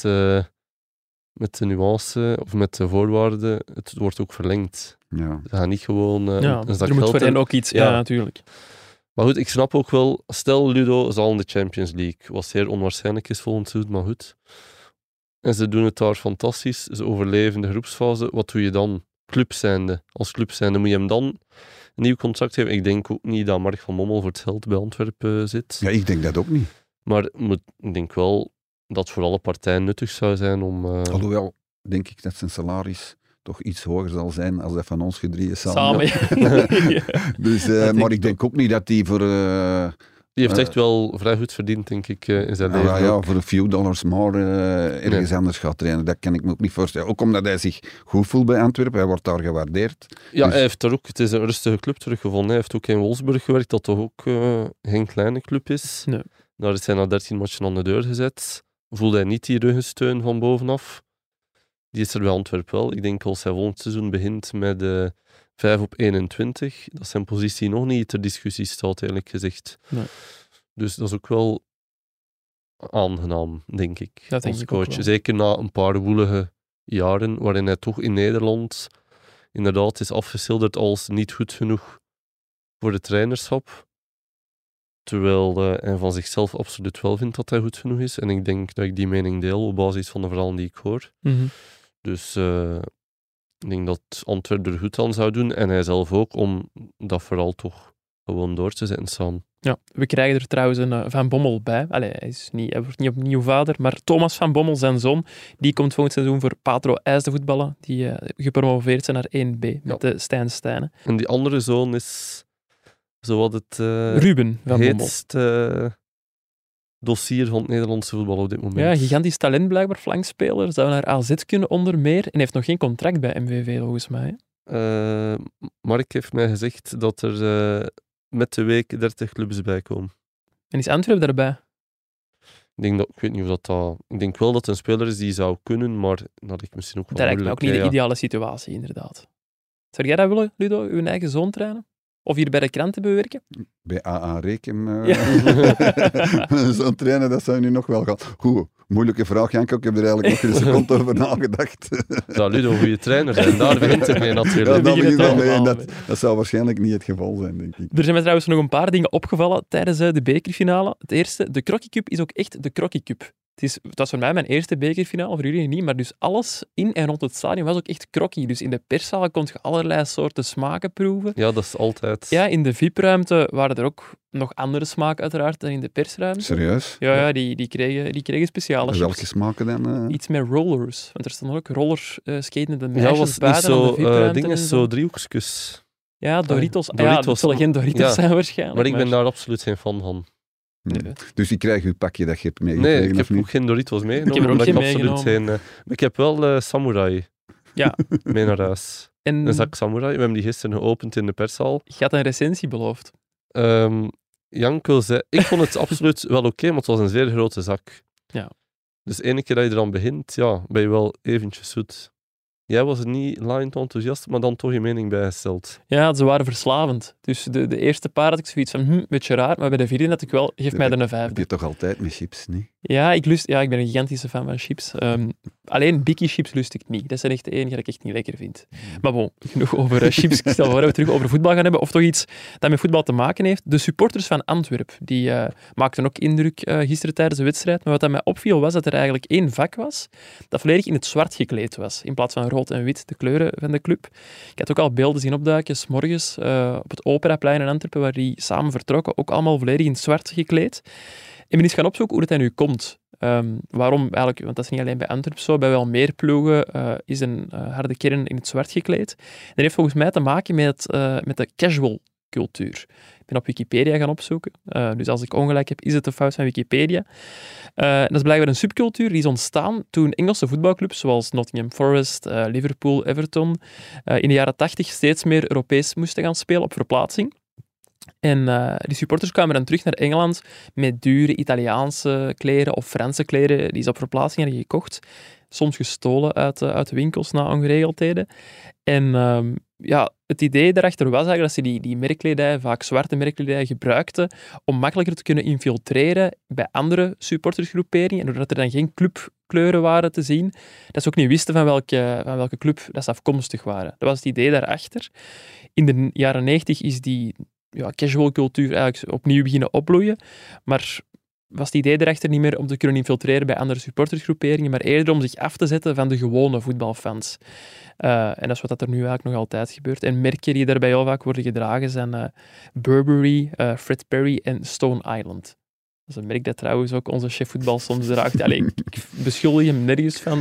de nuance of met de voorwaarden. Het wordt ook verlengd. Ja. Ze gaan niet gewoon een zak er moet geld voor hen ook iets... Ja, natuurlijk. Maar goed, ik snap ook wel... Stel, Ludo zal in de Champions League, wat zeer onwaarschijnlijk is volgend seizoen, maar goed. En ze doen het daar fantastisch. Ze overleven de groepsfase. Wat doe je dan? Als club zijnde moet je hem dan een nieuw contract geven. Ik denk ook niet dat Mark van Bommel voor het geld bij Antwerpen zit. Ja, ik denk dat ook niet. Maar ik denk wel dat het voor alle partijen nuttig zou zijn om... Alhoewel, denk ik dat zijn salaris toch iets hoger zal zijn als dat van ons gedrieën Samen. Ja. Dus, maar ik denk ook niet dat die voor... die heeft echt wel vrij goed verdiend, denk ik, in zijn leven. Ja, voor een few dollars more ergens anders gaat trainen. Dat kan ik me ook niet voorstellen. Ook omdat hij zich goed voelt bij Antwerpen. Hij wordt daar gewaardeerd. Ja, dus... hij heeft er ook... Het is een rustige club teruggevonden. Hij heeft ook in Wolfsburg gewerkt, dat toch ook geen kleine club is. Nee. Daar is hij na 13 matchen aan de deur gezet. Voelde hij niet die ruggensteun van bovenaf. Die is er bij Antwerpen wel. Ik denk als hij volgend seizoen begint met 5 op 21, dat zijn positie nog niet ter discussie staat, eerlijk gezegd. Nee. Dus dat is ook wel aangenaam, denk ik, Dat denk als ik ook coach. wel. Zeker na een paar woelige jaren, waarin hij toch in Nederland inderdaad is afgeschilderd als niet goed genoeg voor het trainerschap. Terwijl hij van zichzelf absoluut wel vindt dat hij goed genoeg is. En ik denk dat ik die mening deel op basis van de verhalen die ik hoor. Mhm. Dus ik denk dat Antwerpen er goed aan zou doen. En hij zelf ook, om dat vooral toch gewoon door te zetten samen. Ja, we krijgen er trouwens een Van Bommel bij. Allee, hij wordt niet opnieuw vader, maar Thomas Van Bommel, zijn zoon, die komt volgend seizoen voor Patro IJsde voetballen, die gepromoveerd zijn naar 1B met de Stijn Stijnen. En die andere zoon is zowat het Ruben Van Bommel. heetste dossier van het Nederlandse voetbal op dit moment. Ja, gigantisch talent blijkbaar, flankspeler. Zou naar AZ kunnen onder meer. En heeft nog geen contract bij MVV volgens mij. Mark heeft mij gezegd dat er met de week 30 clubs bij komen. En is Antwerp daarbij? Ik weet niet of dat... Ik denk wel dat het een speler is die zou kunnen, maar dat ik misschien ook wel Dat lijkt me ook niet de moeilijk, ideale situatie, inderdaad. Zou jij dat willen, Ludo? Uw eigen zoon trainen? Of hier bij de kranten bewerken? Bij AA Reken Ja. zo'n trainen, dat zou nu nog wel gaan. Goed, moeilijke vraag, Janko. Ik heb er eigenlijk nog een seconde over nagedacht. Zou Ludo een goede trainer zijn? Daar begint het mee Ja, natuurlijk. dat begint begint wel het mee. En allemaal dat zou waarschijnlijk niet het geval zijn, denk ik. Er zijn mij trouwens nog een paar dingen opgevallen tijdens de bekerfinale. Het eerste, de Crocky Cup is ook echt de Crocky Cup. Het was voor mij mijn eerste bekerfinale, voor jullie niet, maar dus alles in en rond het stadion was ook echt crocky. Dus in de perszaal kon je allerlei soorten smaken proeven. Ja, dat is altijd... Ja, in de VIP-ruimte waren er ook nog andere smaken uiteraard dan in de persruimte. Serieus? Ja, die kregen speciale chips. Welke smaken dan? Iets met rollers, want er stonden ook rollers skatende de Ja, meisjes was niet buiten aan de zo... VIP-ruimte. dingen, en zo driehoekjes. Ja, Doritos. Ja, Doritos. dat zullen geen Doritos Ja. zijn waarschijnlijk. Maar ik ben daar absoluut geen fan van. Nee. Dus ik krijg uw pakje dat je hebt meegekregen, Nee, ik heb of niet? ook geen Doritos meegenomen. Ik heb er ook omdat geen absoluut meegenomen. maar ik heb wel Samurai Ja. mee naar huis. En Een zak Samurai. We hebben die gisteren geopend in de perszaal. je had een recensie beloofd. Janko zei... Ik vond het absoluut wel oké, maar het was een zeer grote zak. Ja. Dus de ene keer dat je eraan begint, ja, ben je wel eventjes zoet. Jij was er niet laaiend enthousiast, maar dan toch je mening bijgesteld. Ja, ze waren verslavend. Dus de eerste paar had ik zoiets van, een beetje raar, maar bij de vierde had ik wel, geef mij er een Heb vijfde. je toch altijd met chips, niet? Ja, ik ben een gigantische fan van chips. Alleen Bikkie chips lust ik niet. Dat zijn echt de enige dat ik echt niet lekker vind. Maar bon, genoeg over chips. Ik stel voor dat we terug over voetbal gaan hebben. Of toch iets dat met voetbal te maken heeft. De supporters van Antwerpen, die maakten ook indruk gisteren tijdens de wedstrijd. Maar wat dat mij opviel was dat er eigenlijk één vak was dat volledig in het zwart gekleed was. In plaats van rood en wit, de kleuren van de club. Ik had ook al beelden zien opduiken, 's morgens op het Operaplein in Antwerpen, waar die samen vertrokken. Ook allemaal volledig in het zwart gekleed. Ik ben eens gaan opzoeken hoe het nu komt. Waarom eigenlijk, want dat is niet alleen bij Antwerpen zo, bij wel meer ploegen is een harde kern in het zwart gekleed. En dat heeft volgens mij te maken met de casual cultuur. Ik ben op Wikipedia gaan opzoeken. Dus als ik ongelijk heb, is het de fout van Wikipedia. Dat is blijkbaar een subcultuur die is ontstaan toen Engelse voetbalclubs zoals Nottingham Forest, Liverpool, Everton in de jaren 80 steeds meer Europees moesten gaan spelen op verplaatsing. En die supporters kwamen dan terug naar Engeland met dure Italiaanse kleren of Franse kleren die ze op verplaatsing hadden gekocht. Soms gestolen uit de winkels na ongeregeldheden. En het idee daarachter was eigenlijk dat ze die merkkledij, vaak zwarte merkkledij, gebruikten om makkelijker te kunnen infiltreren bij andere supportersgroeperingen. En doordat er dan geen clubkleuren waren te zien, dat ze ook niet wisten van welke club dat ze afkomstig waren. Dat was het idee daarachter. In de jaren 90 is die casual cultuur eigenlijk opnieuw beginnen opbloeien, maar was het idee erachter niet meer om te kunnen infiltreren bij andere supportersgroeperingen, maar eerder om zich af te zetten van de gewone voetbalfans. En dat is wat er nu eigenlijk nog altijd gebeurt. En merken die daarbij heel vaak worden gedragen zijn Burberry, Fred Perry en Stone Island. Dat is een merk dat trouwens ook onze chef voetbal soms draagt. Allee, ik beschuldig hem nergens van.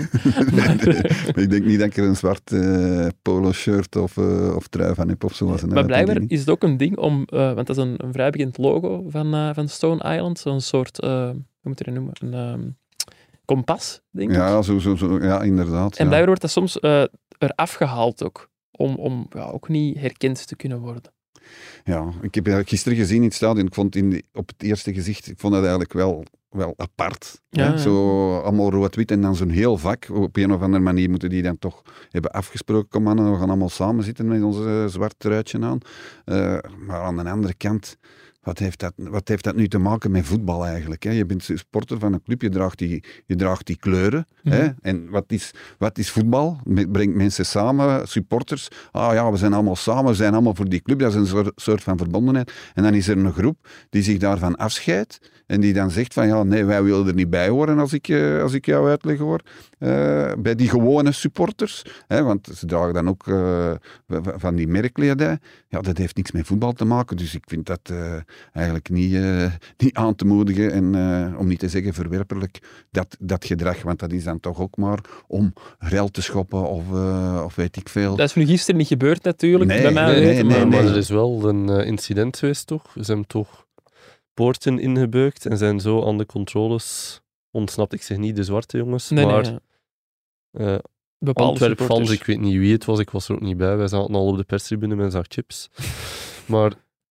Ik denk niet dat ik er een zwart polo-shirt of trui van heb of zo. Maar blijkbaar is het ook een ding om... want dat is een vrij bekend logo van Stone Island. Zo'n soort... hoe moet je dat noemen? Een kompas, denk ik. Ja, ja, inderdaad. En blijkbaar wordt dat soms eraf gehaald ook. Om ook niet herkend te kunnen worden. Ja, ik heb gisteren gezien in het stadion. Ik vond op het eerste gezicht, ik vond dat eigenlijk wel apart. Ja. Zo allemaal rood-wit en dan zo'n heel vak. Op een of andere manier moeten die dan toch hebben afgesproken. Kom mannen, we gaan allemaal samen zitten met onze zwart truitje aan. Maar aan de andere kant... Wat heeft dat nu te maken met voetbal eigenlijk? Hè? Je bent supporter van een club, je draagt die kleuren. Mm-hmm. Hè? En wat is voetbal? Brengt mensen samen, supporters. We zijn allemaal samen, we zijn allemaal voor die club. Dat is een soort van verbondenheid. En dan is er een groep die zich daarvan afscheidt en die dan zegt van nee, wij willen er niet bij horen als ik jou uitleg hoor. Bij die gewone supporters. Hè? Want ze dragen dan ook van die merkkledij. Ja, dat heeft niks met voetbal te maken. Dus ik vind dat... eigenlijk niet aan te moedigen en om niet te zeggen verwerpelijk dat gedrag, want dat is dan toch ook maar om rel te schoppen of weet ik veel. Dat is nu gisteren niet gebeurd natuurlijk, Nee, bij mij weten. Maar er is wel een incident geweest toch? Ze hebben toch poorten ingebeukt en zijn zo aan de controles ontsnapt. Ik zeg niet de zwarte jongens, maar bepaalde Antwerp supporters. fans, ik weet niet wie het was, ik was er ook niet bij. Wij zaten al op de perstribune met een zak chips. Maar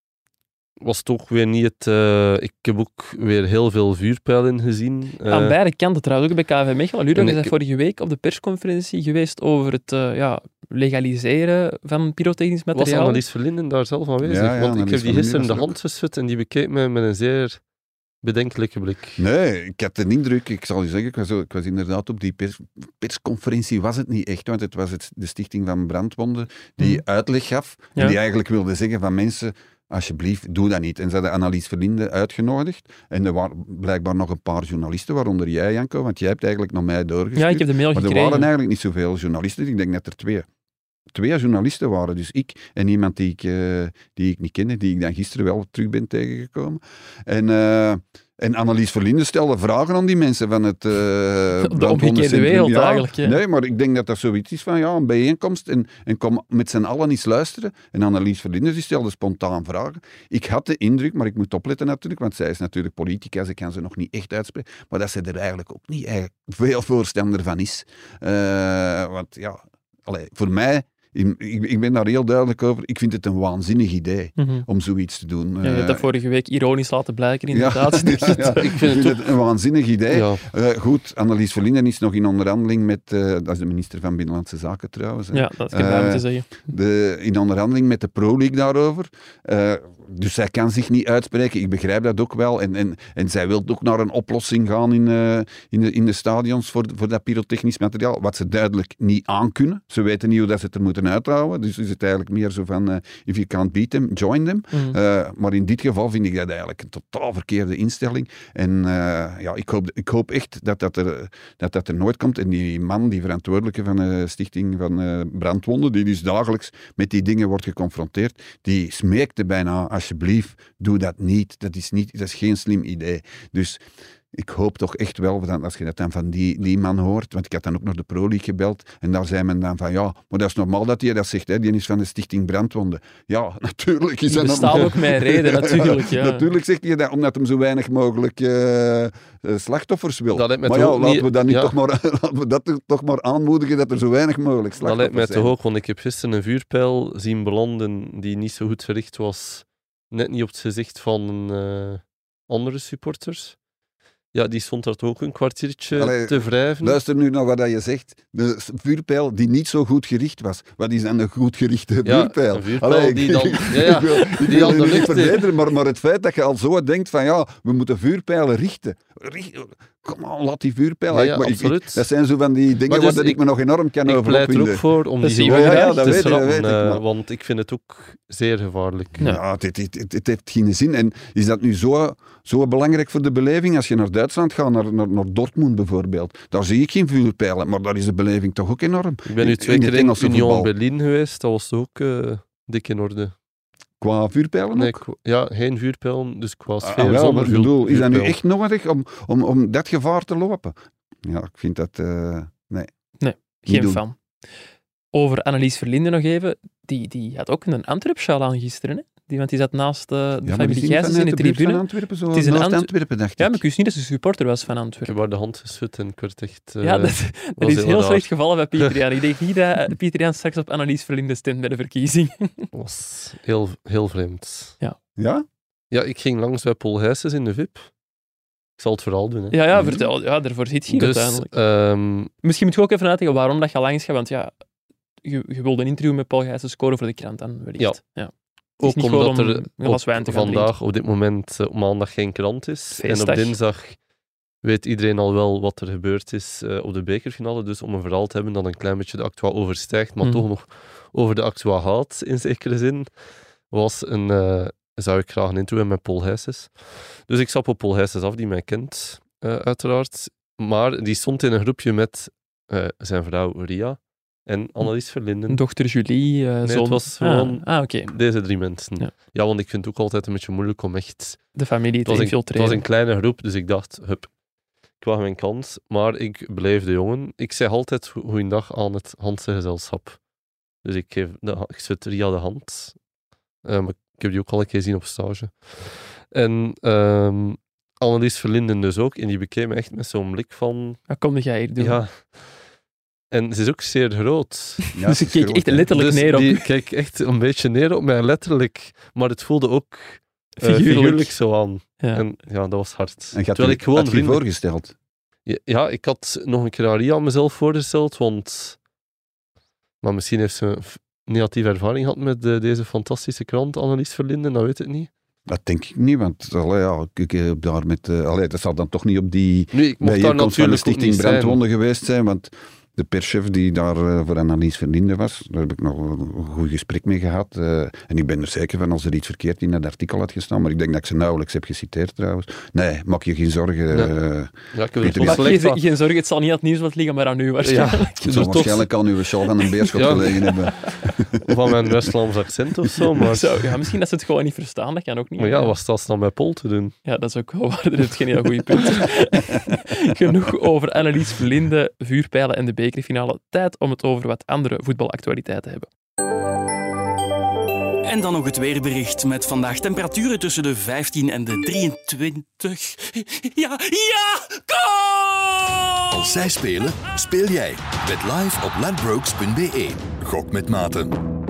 was toch weer niet het... ik heb ook weer heel veel vuurpijlen gezien. Aan beide kanten trouwens, ook bij KV Mechelen. Ludo, je bent vorige week op de persconferentie geweest over het legaliseren van pyrotechnisch materiaal. Was Annelies Verlinden daar zelf aanwezig? Ja, Want ik heb die gisteren in de ook hand geschud en die bekeek mij met een zeer bedenkelijke blik. Nee, ik had de indruk, ik zal je zeggen, ik was inderdaad op die persconferentie, was het niet echt, want het was de Stichting van Brandwonden die uitleg gaf en die eigenlijk wilde zeggen van mensen... Alsjeblieft, doe dat niet. En ze hadden Annelies Verlinde uitgenodigd. En er waren blijkbaar nog een paar journalisten, waaronder jij, Janko, want jij hebt eigenlijk naar mij doorgestuurd. Ja, ik heb de mail maar gekregen. er waren eigenlijk niet zoveel journalisten. Ik denk dat er twee journalisten waren. Dus ik en iemand die ik niet kende, die ik dan gisteren wel terug ben tegengekomen. En Annelies Verlinde stelde vragen aan die mensen van het de omgekeerde wereld eigenlijk. Ja. Nee, maar ik denk dat dat zoiets is van een bijeenkomst en kom met z'n allen eens luisteren. En Annelies Verlinde die stelde spontaan vragen. Ik had de indruk, maar ik moet opletten natuurlijk, want zij is natuurlijk politica, ze kan ze nog niet echt uitspreken, maar dat ze er eigenlijk ook niet veel voorstander van is. Want voor mij... Ik ben daar heel duidelijk over. Ik vind het een waanzinnig idee om zoiets te doen. Je hebt dat vorige week ironisch laten blijken, inderdaad. Ik vind het een waanzinnig idee. Ja. Goed, Annelies Verlinden is nog in onderhandeling met... dat is de minister van Binnenlandse Zaken trouwens. Ja, dat kan ik bij moeten zeggen. In onderhandeling met de Pro League daarover. Dus zij kan zich niet uitspreken. Ik begrijp dat ook wel. En zij wil ook naar een oplossing gaan in de stadions voor dat pyrotechnisch materiaal. Wat ze duidelijk niet aankunnen. Ze weten niet hoe dat ze het er moeten uithouden. Dus is het eigenlijk meer zo van... if you can't beat them, join them. Maar in dit geval vind ik dat eigenlijk een totaal verkeerde instelling. En ik hoop echt dat er nooit komt. En die man, die verantwoordelijke van de Stichting van Brandwonden, die dus dagelijks met die dingen wordt geconfronteerd, die smeekte bijna... Alsjeblieft, doe dat niet. Dat is geen slim idee. Dus ik hoop toch echt wel, als je dat dan van die man hoort, want ik had dan ook nog de Pro League gebeld, en daar zei men dan van, maar dat is normaal dat hij dat zegt, hè? Die is van de Stichting Brandwonden. Ja, natuurlijk is dat normaal. Er staat ook mijn reden, natuurlijk. Ja. Natuurlijk zegt hij dat, omdat hem zo weinig mogelijk slachtoffers wil. Maar laten we dat laten we dat toch maar aanmoedigen, dat er zo weinig mogelijk slachtoffers zijn. Dat lijkt mij te hoog, want ik heb gisteren een vuurpijl zien belanden die niet zo goed verricht was, net niet op het gezicht van andere supporters. Ja, die stond daar toch ook een kwartiertje Allee, te wrijven. Luister nu naar wat je zegt. De vuurpijl die niet zo goed gericht was. Wat is dan een goed gerichte vuurpijl? Een vuurpijl die dan... Ja, Ik die wil dan de niet lucht... verbeteren, maar het feit dat je al zo denkt van ja, we moeten vuurpijlen richten. Kom on, laat die vuurpijl. Ja, absoluut. Dat zijn zo van die dingen dus waar ik me nog enorm kan over Ik pleit er ook opwinden. voor om die zien gewoon we graag. dat te weet ik, schrappen, maar- want ik vind het ook zeer gevaarlijk. Ja. Ja, het heeft geen zin. En is dat nu zo belangrijk voor de beleving? Als je naar Duitsland gaat, naar Dortmund bijvoorbeeld, daar zie ik geen vuurpijlen, maar daar is de beleving toch ook enorm. Ik ben nu 2 in keer het in Engelse Union voetbal. Berlin geweest, dat was ook dik in orde. Qua vuurpijlen Nee, ook? ja, geen vuurpijlen, dus qua sfeer Wel, maar zonder ik bedoel, is dat nu vuurpijl. echt nodig om dat gevaar te lopen? Ja, ik vind dat... nee. Geen doen. fan. Over Annelies Verlinde nog even. Die had ook een Antwerp-sjaal aan gisteren. Hè? Want die zat naast de familie Gijsens in de tribune. Van Antwerpen, zo Het is een Noord-Antwerpen, dacht ik. Ja, maar ik wist niet dat ze supporter was van Ik Antwerpen. heb haar de hand geschud en ik werd echt... Ja, dat was is heel heel raar. slecht gevallen bij Pieter Jan. Ik denk niet dat Pieter Jan straks op Annelies Verlinde stemt bij de verkiezing. was heel, heel vreemd. Ja? Ja, ik ging langs bij Paul Gijsens in de VIP. Ik zal het vooral doen. Hè. Ja, vertel. Ja, daarvoor zit je Dus, uiteindelijk. Misschien moet je ook even uitleggen waarom dat je langs gaat, want ja, je wilde een interview met Paul Gijsens scoren voor de krant dan wellicht. Ja. Het is ook niet omdat gewoon om er een glas wijn te gaan vandaag op dit moment op maandag geen krant is. Feestdag. En op dinsdag weet iedereen al wel wat er gebeurd is op de bekerfinale. Dus om een verhaal te hebben dat een klein beetje de actua overstijgt, maar toch nog over de actua gaat, in zekere zin, zou ik graag een interview hebben met Paul Gijsens. Dus ik stap op Paul Gijsens af, die mij kent, uiteraard. Maar die stond in een groepje met zijn vrouw Ria en Annelies Verlinden. Dochter Julie, Nee, zoon... het was gewoon oké. deze 3 mensen. Ja. Ja, want ik vind het ook altijd een beetje moeilijk om echt... De familie Het te was infiltreren. een kleine groep, dus ik dacht, hup, ik wou mijn kans. Maar ik bleef de jongen. Ik zeg altijd goeiedag aan het Handse gezelschap. Dus ik zet Ria de hand. Maar ik heb die ook al een keer gezien op stage. En Annelies Verlinden dus ook. En die bekeek me echt met zo'n blik van... Wat kom jij hier doen? Ja. En ze is ook zeer groot. Ja, Dus het ik is keek groot, echt hè. letterlijk Dus neer op die keek echt een beetje neer op mij, letterlijk. Maar het voelde ook figuurlijk zo aan. Ja. En ja, dat was hard. En Terwijl ik gewoon had je vriendelijk... voorgesteld? Ja, ik had nog een keer aan Ria mezelf voorgesteld, want... Maar misschien heeft ze een negatieve ervaring gehad met deze fantastische krant, Annelies Verlinden, dat weet ik niet. Dat denk ik niet, want ik heb daar met... dat zal dan toch niet op die Nu, ik mocht daar bijeenkomst van de natuurlijk ook Stichting niet zijn. Brandwonden geweest zijn, want de perschef die daar voor Annelies Verlinde was, daar heb ik nog een goed gesprek mee gehad. En ik ben er zeker van als er iets verkeerd in dat artikel had gestaan, maar ik denk dat ik ze nauwelijks heb geciteerd trouwens. Nee, maak je geen zorgen. Ja, ik heb er Peter, toch ja. slecht van. Geen zorgen, het zal niet aan het nieuwsblad liggen, maar aan u waarschijnlijk. Het Dus zal toch waarschijnlijk al uw sjaal van een beerschot Ja. gelegen hebben. van mijn West-Vlaams accent of zo, maar... Ja, misschien dat ze het gewoon niet verstaan, dat kan ook niet. Maar ja, wat staat ze dan bij Paul te doen? Ja, dat is ook wel waar. Dat is geen heel goede punt. Genoeg over Annelies Verlinde, vuurpijlen en de bekerfinale. Tijd om het over wat andere voetbalactualiteiten te hebben. En dan nog het weerbericht met vandaag temperaturen tussen de 15 en de 23. Ja, goal! Als zij spelen, speel jij. Bet live op ladbrokes.be. Gok met maten.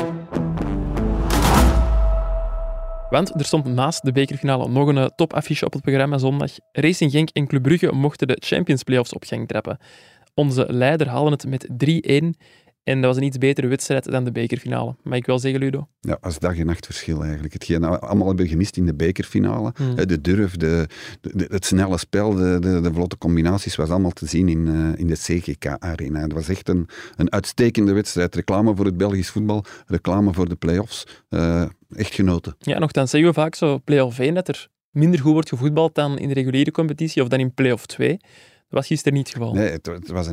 Want er stond naast de bekerfinale nog een topaffiche op het programma zondag. Racing Genk en Club Brugge mochten de Champions Playoffs op gang trappen. Onze leider haalde het met 3-1 en dat was een iets betere wedstrijd dan de bekerfinale. Mag ik wel zeggen, Ludo? Ja, als dag en nacht verschil eigenlijk. Hetgeen we allemaal hebben gemist in de bekerfinale. De durf, het snelle spel, de vlotte combinaties was allemaal te zien in de CGK-arena. Het was echt een uitstekende wedstrijd. Reclame voor het Belgisch voetbal, reclame voor de play-offs. Echt genoten. Ja, nochtans zeggen we vaak zo play-off 1 dat er minder goed wordt gevoetbald dan in de reguliere competitie of dan in play-off 2. Dat was gisteren niet het geval. Nee, het was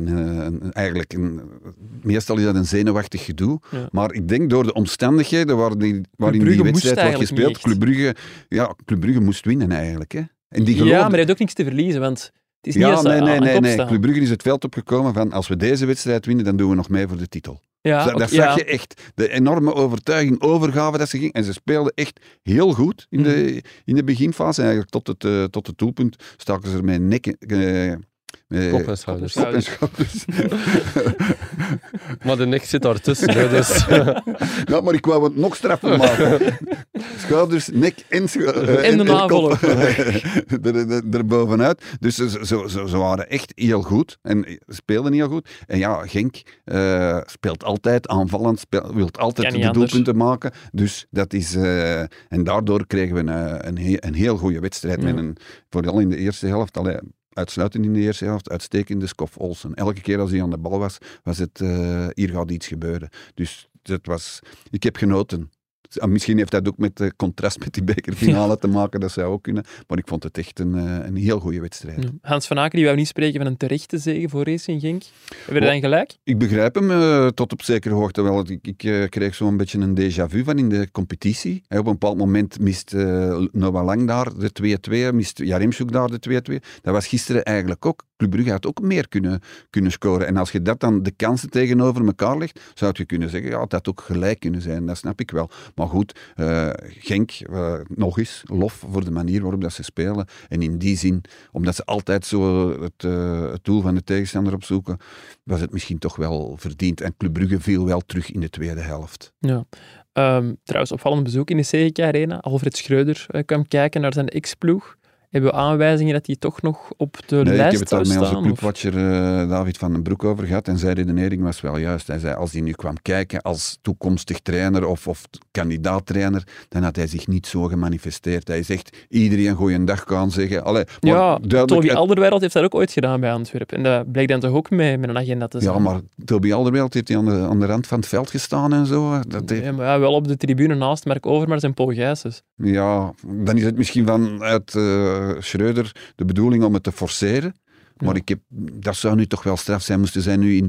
meestal is dat een zenuwachtig gedoe. Ja. Maar ik denk door de omstandigheden waarin die Brugge moest wedstrijd wordt eigenlijk gespeeld, niet Club Brugge moest winnen eigenlijk. Hè. En die Ja, geloofden- maar hij heeft ook niks te verliezen, want het is niet Ja, als ze aan kop nee. staan. Club Brugge is het veld opgekomen van als we deze wedstrijd winnen, dan doen we nog mee voor de titel. Ja, Dat ook- zag ja. je echt. De enorme overtuiging, overgave dat ze ging. En ze speelden echt heel goed in de beginfase. Eigenlijk tot het doelpunt staken ze er met nekken... Kop en schouders. Kop en schouders. Maar de nek zit daartussen. Hè, dus. Ja, maar ik wou het nog straffer maken. Schouders, nek en de navel ook. er bovenuit. Dus ze waren echt heel goed. En speelden heel goed. En ja, Genk speelt altijd aanvallend. Wil altijd de doelpunten maken. Dus dat is... en daardoor kregen we een heel goede wedstrijd. Met vooral in de eerste helft... Uitsluitend in de eerste helft, uitstekende Scoff Olsen. Elke keer als hij aan de bal was het hier gaat iets gebeuren. Dus ik heb genoten. Misschien heeft dat ook met het contrast met die bekerfinale te maken, dat zou ook kunnen. Maar ik vond het echt een heel goede wedstrijd. Ja. Hans van Aken die wou niet spreken van een terechte zege voor Racing Genk. Hebben we dan gelijk? Ik begrijp hem tot op zekere hoogte wel. Ik kreeg zo'n beetje een déjà vu van in de competitie. Op een bepaald moment mist Noah Lang daar de 2-2, mist Jaremchuk daar de 2-2. Dat was gisteren eigenlijk ook. Club Brugge had ook meer kunnen scoren. En als je dat dan de kansen tegenover elkaar legt, zou je kunnen zeggen, ja, dat had ook gelijk kunnen zijn. Dat snap ik wel. Maar goed, Genk, nog eens, lof voor de manier waarop dat ze spelen. En in die zin, omdat ze altijd zo het doel van de tegenstander opzoeken, was het misschien toch wel verdiend. En Club Brugge viel wel terug in de tweede helft. Ja. Trouwens, opvallend bezoek in de CGK Arena. Alfred Schreuder kwam kijken naar zijn ex-ploeg. Hebben we aanwijzingen dat hij toch nog op de lijst zou staan? Ik heb het daar met onze clubwatcher David van den Broek over gehad en zijn redenering was wel juist. Hij zei, als hij nu kwam kijken als toekomstig trainer of kandidaat-trainer, dan had hij zich niet zo gemanifesteerd. Hij zegt, iedereen goeie dag kan zeggen. Allee, ja, Toby Alderweireld heeft dat ook ooit gedaan bij Antwerpen. En dat bleek dan toch ook met een agenda te zijn. Ja, maar Toby Alderweireld heeft hij aan de rand van het veld gestaan en zo. Maar wel op de tribune naast Mark Overmars en Paul Gijsens. Ja, dan is het misschien vanuit Schreuder de bedoeling om het te forceren. Maar dat zou nu toch wel straf zijn. Moesten zij nu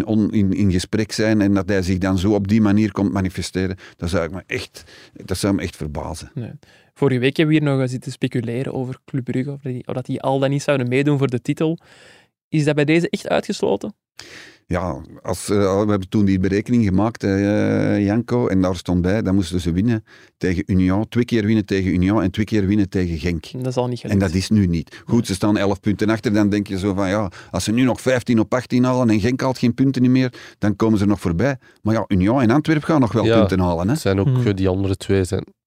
in gesprek zijn en dat hij zich dan zo op die manier komt manifesteren, dat zou me echt verbazen. Nee. Vorige week hebben we hier nog zitten speculeren over Club Brugge, of dat die al dan niet zouden meedoen voor de titel. Is dat bij deze echt uitgesloten? Ja, we hebben toen die berekening gemaakt, Janko, en daar stond bij, dan moesten ze winnen tegen Union, 2 keer winnen tegen Union en 2 keer winnen tegen Genk. Dat is al niet gelukt. En dat is nu niet. Goed, ze staan 11 punten achter, dan denk je zo van, ja, als ze nu nog 15 op 18 halen en Genk haalt geen punten meer, dan komen ze er nog voorbij. Maar ja, Union en Antwerpen gaan nog wel punten halen. Hè? Het zijn ook die andere twee.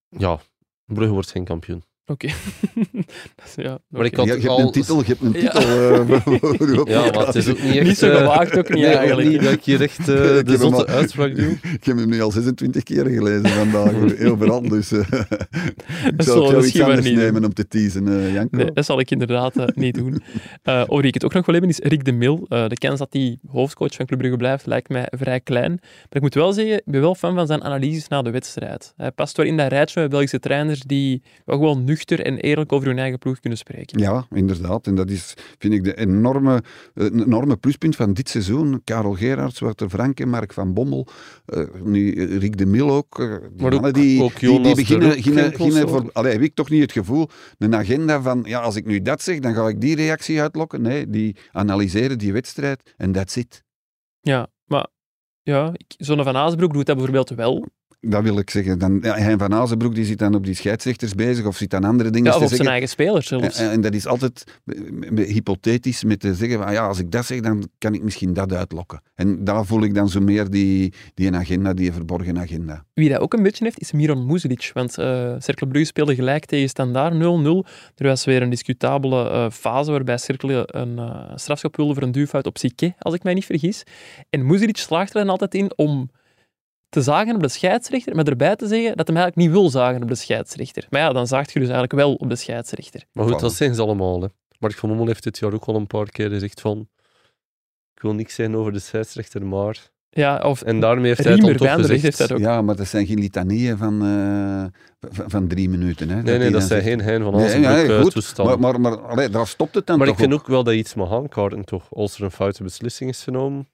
Brugge wordt geen kampioen. Oké. Maar ik had je hebt een titel. Ja, maar het is ook niet echt... Niet zo gewaagd ook niet eigenlijk. Niet dat ik hier echt de zotte uitspraak doe. Ik heb hem nu al 26 keer gelezen vandaag, overal. Dus ik dat zou het iets anders niet nemen om te teasen, Janko. Nee, dat zal ik inderdaad niet doen. Over wie ik het ook nog wil hebben is Rick de Mil. De kans dat hij hoofdcoach van Club Brugge blijft lijkt mij vrij klein. Maar ik moet wel zeggen, ik ben wel fan van zijn analyses na de wedstrijd. Hij past wel in dat rijtje met Belgische trainers die wel gewoon nuchter en eerlijk over hun eigen ploeg kunnen spreken. Ja, inderdaad. En dat is, vind ik, de enorme pluspunt van dit seizoen. Karel Gerards, Wouter Franke, Mark van Bommel, nu Rick de Mil ook. Die beginnen voor... Allee, heb ik toch niet het gevoel, een agenda van, ja, als ik nu dat zeg, dan ga ik die reactie uitlokken. Nee, die analyseren die wedstrijd en that's it. Ja, maar Zonne van Azenbroek doet dat bijvoorbeeld wel. Dat wil ik zeggen. Hein van Azenbroek die zit dan op die scheidsrechters bezig of zit aan andere dingen te zeggen. Of op zijn eigen spelers zelfs. En dat is altijd hypothetisch met te zeggen van, ja, als ik dat zeg, dan kan ik misschien dat uitlokken. En daar voel ik dan zo meer die agenda, die verborgen agenda. Wie dat ook een beetje heeft, is Miron Muzelic. Want Cercle Brugge speelde gelijk tegen Standaard 0-0. Er was weer een discutabele fase waarbij Cercle een strafschop wilde voor een duwfout op Sique, als ik mij niet vergis. En Muzelic slaagt er dan altijd in om te zagen op de scheidsrechter, maar erbij te zeggen dat hij eigenlijk niet wil zagen op de scheidsrechter. Maar ja, dan zaagt je dus eigenlijk wel op de scheidsrechter. Maar goed, dat zijn ze allemaal. Hè. Mark van Bommel heeft dit jaar ook al een paar keer gezegd van ik wil niks zeggen over de scheidsrechter, maar... Ja, of en daarmee heeft hij het dan toch gezegd. Heeft dat ook. Ja, maar dat zijn geen litanieën van 3 minuten. Hè, nee, dat zijn geen Hein van Azenbroek toestanden. Maar daar stopt het dan maar toch ik vind ook wel dat je iets mag aankaarten, toch? Als er een foute beslissing is genomen...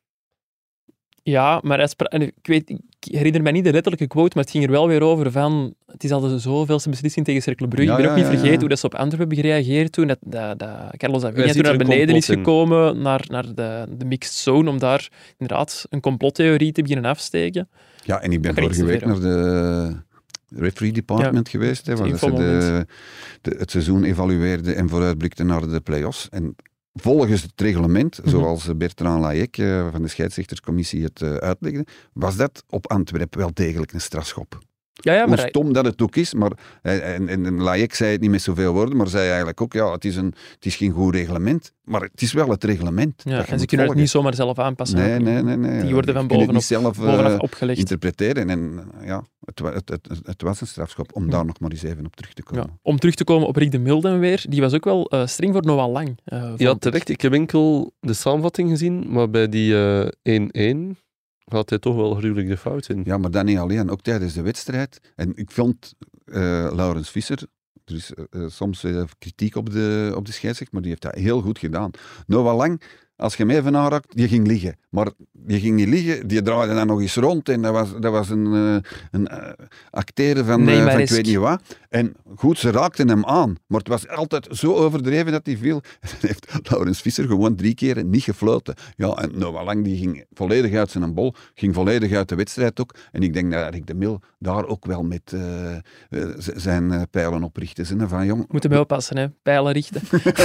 Ja, maar ik herinner mij niet de letterlijke quote, maar het ging er wel weer over van het is al de zoveelste beslissing tegen Cercle Brugge. Ik ben ook niet vergeten hoe dat ze op Antwerpen hebben gereageerd toen. Dat Carlos Aviña toen naar beneden is gekomen, naar de mixed zone, om daar inderdaad een complottheorie te beginnen afsteken. Ja, en ik ben vorige week naar de referee department geweest, waar ze het seizoen evalueerden en vooruitblikten naar de play-offs. En volgens het reglement, zoals Bertrand Layek van de scheidsrechterscommissie het uitlegde, was dat op Antwerpen wel degelijk een strafschop. Ja, Hoe maar stom dat het ook is, maar en Layek zei het niet met zoveel woorden, maar zei eigenlijk ook, ja, het is geen goed reglement, maar het is wel het reglement. Ja, en ze kunnen het niet zomaar zelf aanpassen. Nee. Die worden van bovenaf opgelegd. Interpreteren. En ja, het was een strafschop om daar nog maar eens even op terug te komen. Ja. Om terug te komen op Rick de Milden weer, die was ook wel streng voor Noah Lang. Ja, terecht. Ik heb enkel de samenvatting gezien, maar bij die 1-1 gaat hij toch wel gruwelijk de fout in. Ja, maar dan niet alleen, ook tijdens de wedstrijd. En ik vond Laurens Visser, er is soms kritiek op de scheidsrechter, maar die heeft dat heel goed gedaan. Noah Lang, als je hem even aanraakt, die ging liggen. Maar die ging niet liggen, die draaide dan nog eens rond en dat was een acteren van ik weet niet wat. En goed, ze raakten hem aan, maar het was altijd zo overdreven dat hij viel. En dan heeft Laurens Visser gewoon 3 keer niet gefloten. Ja, en Noah Lang die ging volledig uit zijn bol, ging volledig uit de wedstrijd ook. En ik denk dat Rick de Mil daar ook wel met zijn pijlen op richtte. Van, jong, moeten we oppassen, hè? Pijlen richten.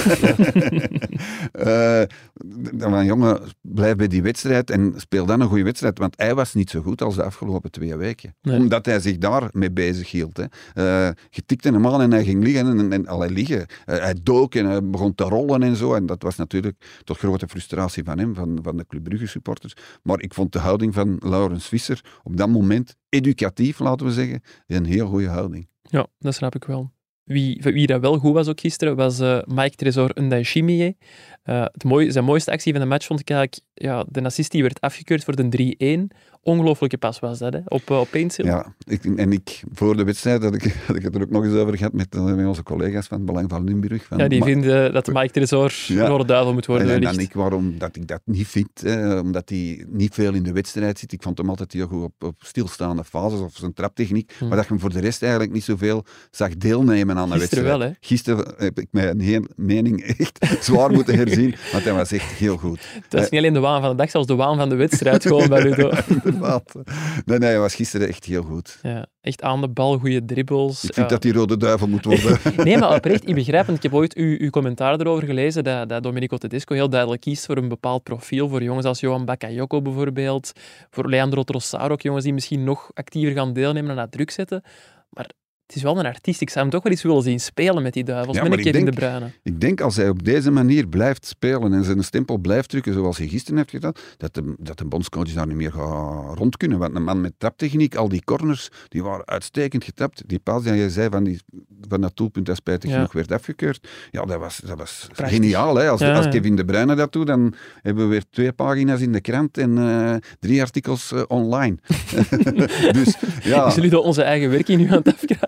Van, jongen, blijf bij die wedstrijd en speel dan een goede wedstrijd, want hij was niet zo goed als de afgelopen 2 weken. Nee. Omdat hij zich daarmee bezig hield. Je tikte hem aan en hij ging liggen en hij liggen. Hij dook en hij begon te rollen en zo. En dat was natuurlijk tot grote frustratie van hem, van de Club Brugge supporters. Maar ik vond de houding van Laurens Visser op dat moment educatief, laten we zeggen, een heel goede houding. Ja, dat snap ik wel. Wie dat wel goed was ook gisteren, was Mike Tresor Ndayishimiye. Zijn mooiste actie van de match vond ik eigenlijk de assist die werd afgekeurd voor de 3-1. Ongelooflijke pas was dat, hè? Op Paintsil. Ja, voor de wedstrijd had ik het er ook nog eens over gehad met onze collega's van het Belang van Limburg. Die vinden dat Mike Tresor door de duivel moet worden gericht. En waarom dat ik dat niet vind, omdat hij niet veel in de wedstrijd zit. Ik vond hem altijd heel goed op stilstaande fases of zijn traptechniek, maar dat je hem voor de rest eigenlijk niet zoveel zag deelnemen aan de wedstrijd. Wel, hè? Gisteren heb ik mijn mening echt zwaar moeten herzien, want hij was echt heel goed. Het was niet alleen de waan van de dag, zelfs de waan van de wedstrijd gewoon bij Ludo. Nee, hij was gisteren echt heel goed. Ja, echt aan de bal, goede dribbles. Ik vind dat die rode duivel moet worden. Nee, maar oprecht, ik begrijp, want ik heb ooit uw commentaar erover gelezen, dat Domenico Tedesco heel duidelijk kiest voor een bepaald profiel, voor jongens als Johan Bakayoko bijvoorbeeld, voor Leandro Trossard ook, jongens die misschien nog actiever gaan deelnemen en naar druk zetten. Maar het is wel een artiest. Ik zou hem toch wel eens willen zien spelen met die duivels, met een Kevin De Bruyne. Ik denk als hij op deze manier blijft spelen en zijn stempel blijft drukken zoals hij gisteren heeft gedaan, dat de bondscoach daar niet meer gaat rond kunnen. Want een man met traptechniek, al die corners, die waren uitstekend getrapt. Die paas die je zei van dat doelpunt dat spijtig genoeg werd afgekeurd, ja, dat was geniaal. Hè? Als Kevin De Bruyne dat doet, dan hebben we weer 2 pagina's in de krant en 3 artikels online. Dus ja. Is jullie onze eigen werking nu aan het afkraken?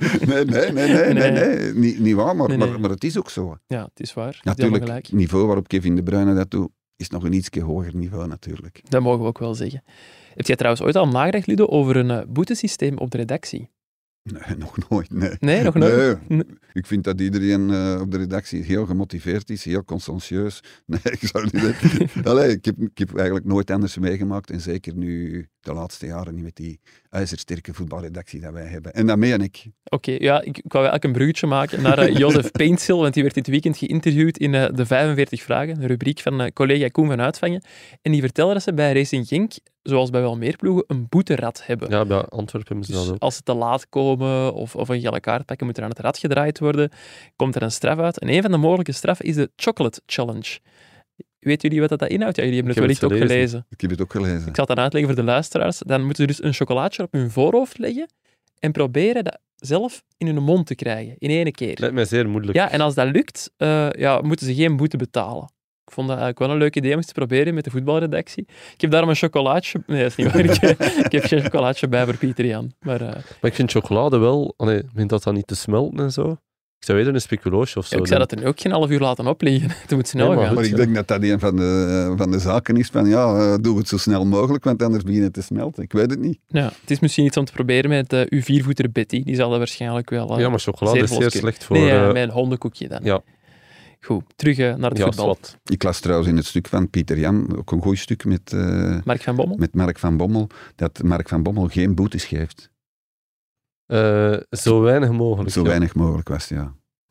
Nee. Niet waar, maar het is ook zo. Ja, het is waar. Natuurlijk, het niveau waarop Kevin De Bruyne dat doet, is nog een ietsje hoger niveau natuurlijk. Dat mogen we ook wel zeggen. Heb jij trouwens ooit al nagedacht, Ludo, over een boetesysteem op de redactie? Nee, nog nooit. Nee, nog nooit? Nee. Ik vind dat iedereen op de redactie heel gemotiveerd is, heel conscientieus. Nee, ik zou niet weten. Allee, ik heb eigenlijk nooit anders meegemaakt en zeker nu de laatste jaren niet met die ijzersterke voetbalredactie dat wij hebben. En dat meen ik. Oké, ja, ik wou eigenlijk een bruggetje maken naar Joseph Paintsil, want die werd dit weekend geïnterviewd in de 45 Vragen, een rubriek van collega Koen van Uitvangen. En die vertelde dat ze bij Racing Genk, zoals bij wel meer ploegen, een boeterad hebben. Ja, bij Antwerpen hebben ze dat ook. Als ze te laat komen of een gele kaart pakken, moet er aan het rad gedraaid worden, komt er een straf uit. En een van de mogelijke straffen is de Chocolate Challenge. Weet jullie wat dat inhoudt? Ja, jullie hebben het wellicht ook gelezen. Ik heb het ook gelezen. Ik zal het dan uitleggen voor de luisteraars. Dan moeten ze dus een chocolaatje op hun voorhoofd leggen en proberen dat zelf in hun mond te krijgen, in 1 keer. Lijkt mij zeer moeilijk. Ja, en als dat lukt, moeten ze geen boete betalen. Ik vond dat eigenlijk wel een leuk idee om eens te proberen met de voetbalredactie. Ik heb daarom een chocolaatje... Nee, dat is niet waar. Ik heb geen chocolaatje bij voor Pieter Jan. Maar ik vind chocolade wel... Begint dat niet te smelten en zo? Ik zou weten een speculoosje of zo. Ik zou dat er ook geen half uur laten opliggen. Het moet snel gaan. Maar ik denk dat dat een van de zaken is van doe het zo snel mogelijk, want anders begint het te smelten. Ik weet het niet. Ja, het is misschien iets om te proberen met uw 4-voeter Betty. Die zal dat waarschijnlijk wel ja, maar chocolade is zeer slecht voor... Nee, met een hondenkoekje dan. Ja. Goed, terug naar het voetbal. Zwart. Ik las trouwens in het stuk van Pieter Jan, ook een goed stuk met... Mark van Bommel? Met Mark van Bommel, dat Mark van Bommel geen boetes geeft. Zo weinig mogelijk. Zo weinig mogelijk was, ja.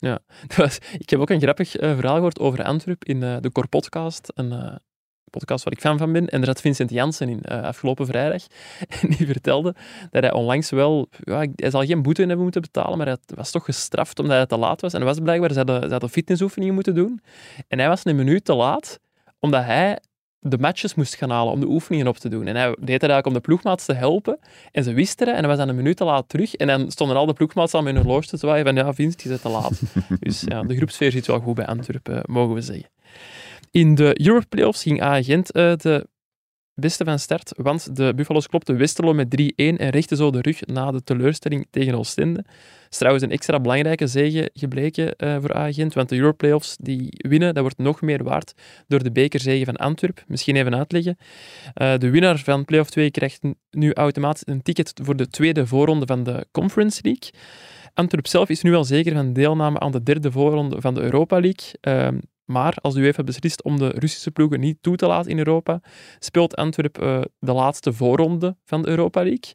Ja. Ik heb ook een grappig verhaal gehoord over Antwerp in de Cor Podcast, een podcast waar ik fan van ben. En daar zat Vincent Janssen in afgelopen vrijdag. En die vertelde dat hij onlangs wel... Ja, hij zal geen boete hebben moeten betalen, maar hij was toch gestraft omdat hij te laat was. En dat was blijkbaar, ze hadden fitnessoefeningen moeten doen. En hij was een minuut te laat, omdat hij de matches moest gaan halen om de oefeningen op te doen. En hij deed het eigenlijk om de ploegmaats te helpen. En ze wisten het, en hij was dan een minuut te laat terug. En dan stonden al de ploegmaats al met hun horloge te zwaaien van ja, Vince, die is te laat. Dus ja, de groepsfeer zit wel goed bij Antwerpen, mogen we zeggen. In de Europe Playoffs ging Agent de beste van start, want de Buffalo's klopten Westerlo met 3-1 en rechten zo de rug na de teleurstelling tegen Oostende. Het is trouwens een extra belangrijke zege gebleken voor Agent, want de Europe Playoffs die winnen, dat wordt nog meer waard door de bekerzege van Antwerp. Misschien even uitleggen. De winnaar van Playoff 2 krijgt nu automatisch een ticket voor de tweede voorronde van de Conference League. Antwerp zelf is nu al zeker van deelname aan de derde voorronde van de Europa League. Maar als de UEFA beslist om de Russische ploegen niet toe te laten in Europa, speelt Antwerp de laatste voorronde van de Europa League.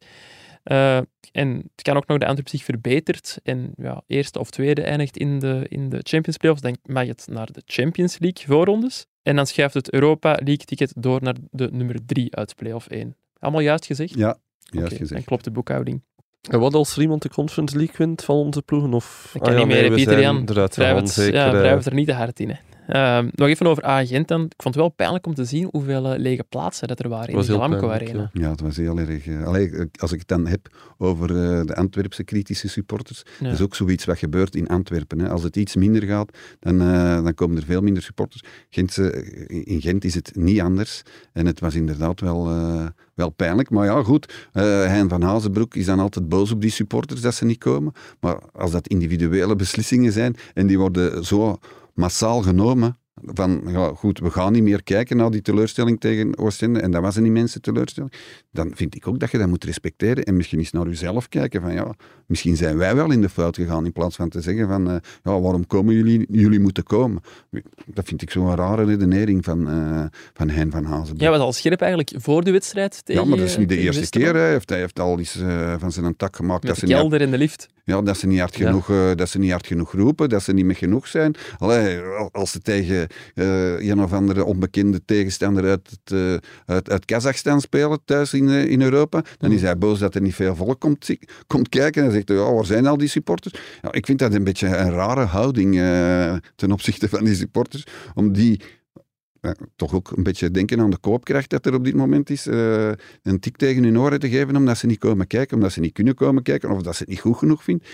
En het kan ook nog dat Antwerp zich verbetert en ja, eerste of tweede eindigt in de Champions Playoffs, dan mag het naar de Champions League voorrondes. En dan schuift het Europa League ticket door naar de nummer 3 uit Playoff 1. Allemaal juist gezegd? Ja, juist gezegd. gezegd. Dan klopt de boekhouding. En wat als er iemand de Conference League wint van onze ploegen? Of... Ik kan niet meer, Pieter Jan. Wrijf het er niet te hard in. Nog even over Agent dan. Ik vond het wel pijnlijk om te zien hoeveel lege plaatsen dat er waren in de Glamco Arena. Ja, het was heel erg... als ik het dan heb over de Antwerpse kritische supporters, dat is ook zoiets wat gebeurt in Antwerpen. Hè. Als het iets minder gaat, dan komen er veel minder supporters. In Gent is het niet anders. En het was inderdaad wel pijnlijk. Maar ja, goed. Hein van Hazenbroek is dan altijd boos op die supporters dat ze niet komen. Maar als dat individuele beslissingen zijn en die worden zo massaal genomen, van ja, goed, we gaan niet meer kijken naar die teleurstelling tegen Oostende, en dat was een immense teleurstelling, dan vind ik ook dat je dat moet respecteren en misschien eens naar jezelf kijken van ja, misschien zijn wij wel in de fout gegaan, in plaats van te zeggen van ja, waarom komen jullie moeten komen. Dat vind ik zo'n rare redenering van Hein van Hazenbroek. Ja, was al scherp eigenlijk voor de wedstrijd tegen... Ja, maar dat is niet de eerste keer. Hij heeft al eens van zijn tak gemaakt. Met de kelder in de lift. Ja, dat ze niet hard genoeg roepen, dat ze niet met genoeg zijn. Allee, als ze tegen een of andere onbekende tegenstander uit Kazachstan spelen thuis in Europa, dan is hij boos dat er niet veel volk komt kijken. En hij zegt, ja, waar zijn al die supporters? Ja, ik vind dat een beetje een rare houding ten opzichte van die supporters, om die... toch ook een beetje denken aan de koopkracht dat er op dit moment is. Een tik tegen hun oren te geven omdat ze niet komen kijken, omdat ze niet kunnen komen kijken, of dat ze het niet goed genoeg vinden.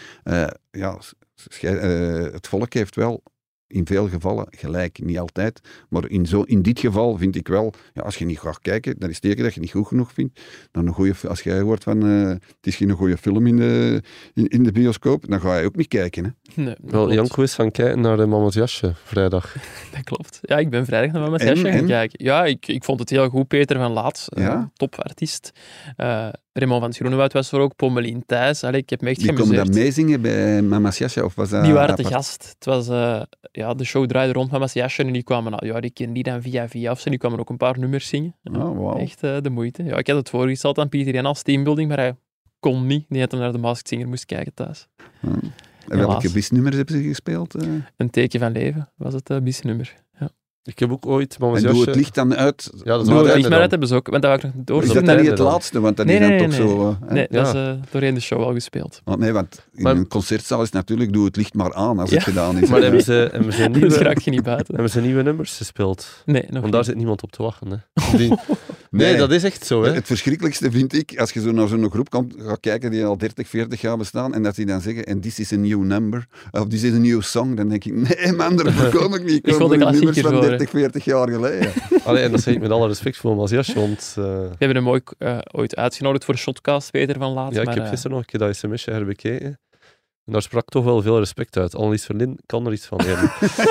Het volk heeft wel in veel gevallen gelijk, niet altijd. Maar in dit geval vind ik wel, ja, als je niet gaat kijken, dat is teken dat je niet goed genoeg vindt. Dan als jij hoort van, het is geen goede film in de bioscoop, dan ga je ook niet kijken. Hè? Nee, wel, Janko is gaan kijken naar Mama's Jasje, vrijdag. Dat klopt. Ja, ik ben vrijdag naar Mama's Jasje gaan kijken. Ja, ik vond het heel goed. Peter van Laat, topartiest. Raymond van Schroenewoud was er ook, Pommelien Thijs. Ik heb me echt geamuseerd. Die komen dan meezingen bij Mama's Jasje? Of was dat die waren te gast. Het was, de show draaide rond Mama's Jasje en die kwamen, die kenden die dan via of zo. Die kwamen ook een paar nummers zingen. Wow. Echt de moeite. Ja, ik had het voorgesteld aan Pieter Jan als teambuilding, maar hij kon niet. Die had hem naar de Masked Singer moest kijken thuis. En welke bisnummers hebben ze gespeeld? Een teken van leven was het bisnummer. Ja. Ik heb ook ooit Mama's Jasje... En doe het licht dan uit... Ja, dat is doe het licht maar uit hebben ze ook. Want dat wou ik nog door. Is dat dan niet het laatste? Want dat is dan toch zo... Nee, dat is doorheen de show al gespeeld. Want in een concertzaal is natuurlijk doe het licht maar aan als het gedaan is. Maar hebben ze nieuwe... Dus raakt je niet buiten. Hebben ze nieuwe nummers gespeeld? Nee, nog Want daar zit niemand op te wachten. Hè. Nee, dat is echt zo. Hè. Het verschrikkelijkste vind ik, als je zo naar zo'n groep gaat kijken die al 30, 40 jaar bestaan, en dat die dan zeggen, en this is a new number, of this is a new song, dan denk ik, nee man, daar kom ik niet. Ik kom voor de nummers van 30, 40 jaar geleden. Allee, en dat zeg ik met alle respect voor Mama's Jasje, want... We hebben hem ooit uitgenodigd voor Shotcast, Peter van Laat. Ja, ik heb gisteren nog een keer dat sms'je herbekeken. En daar sprak toch wel veel respect uit. Annelies Verlin kan er iets van leren.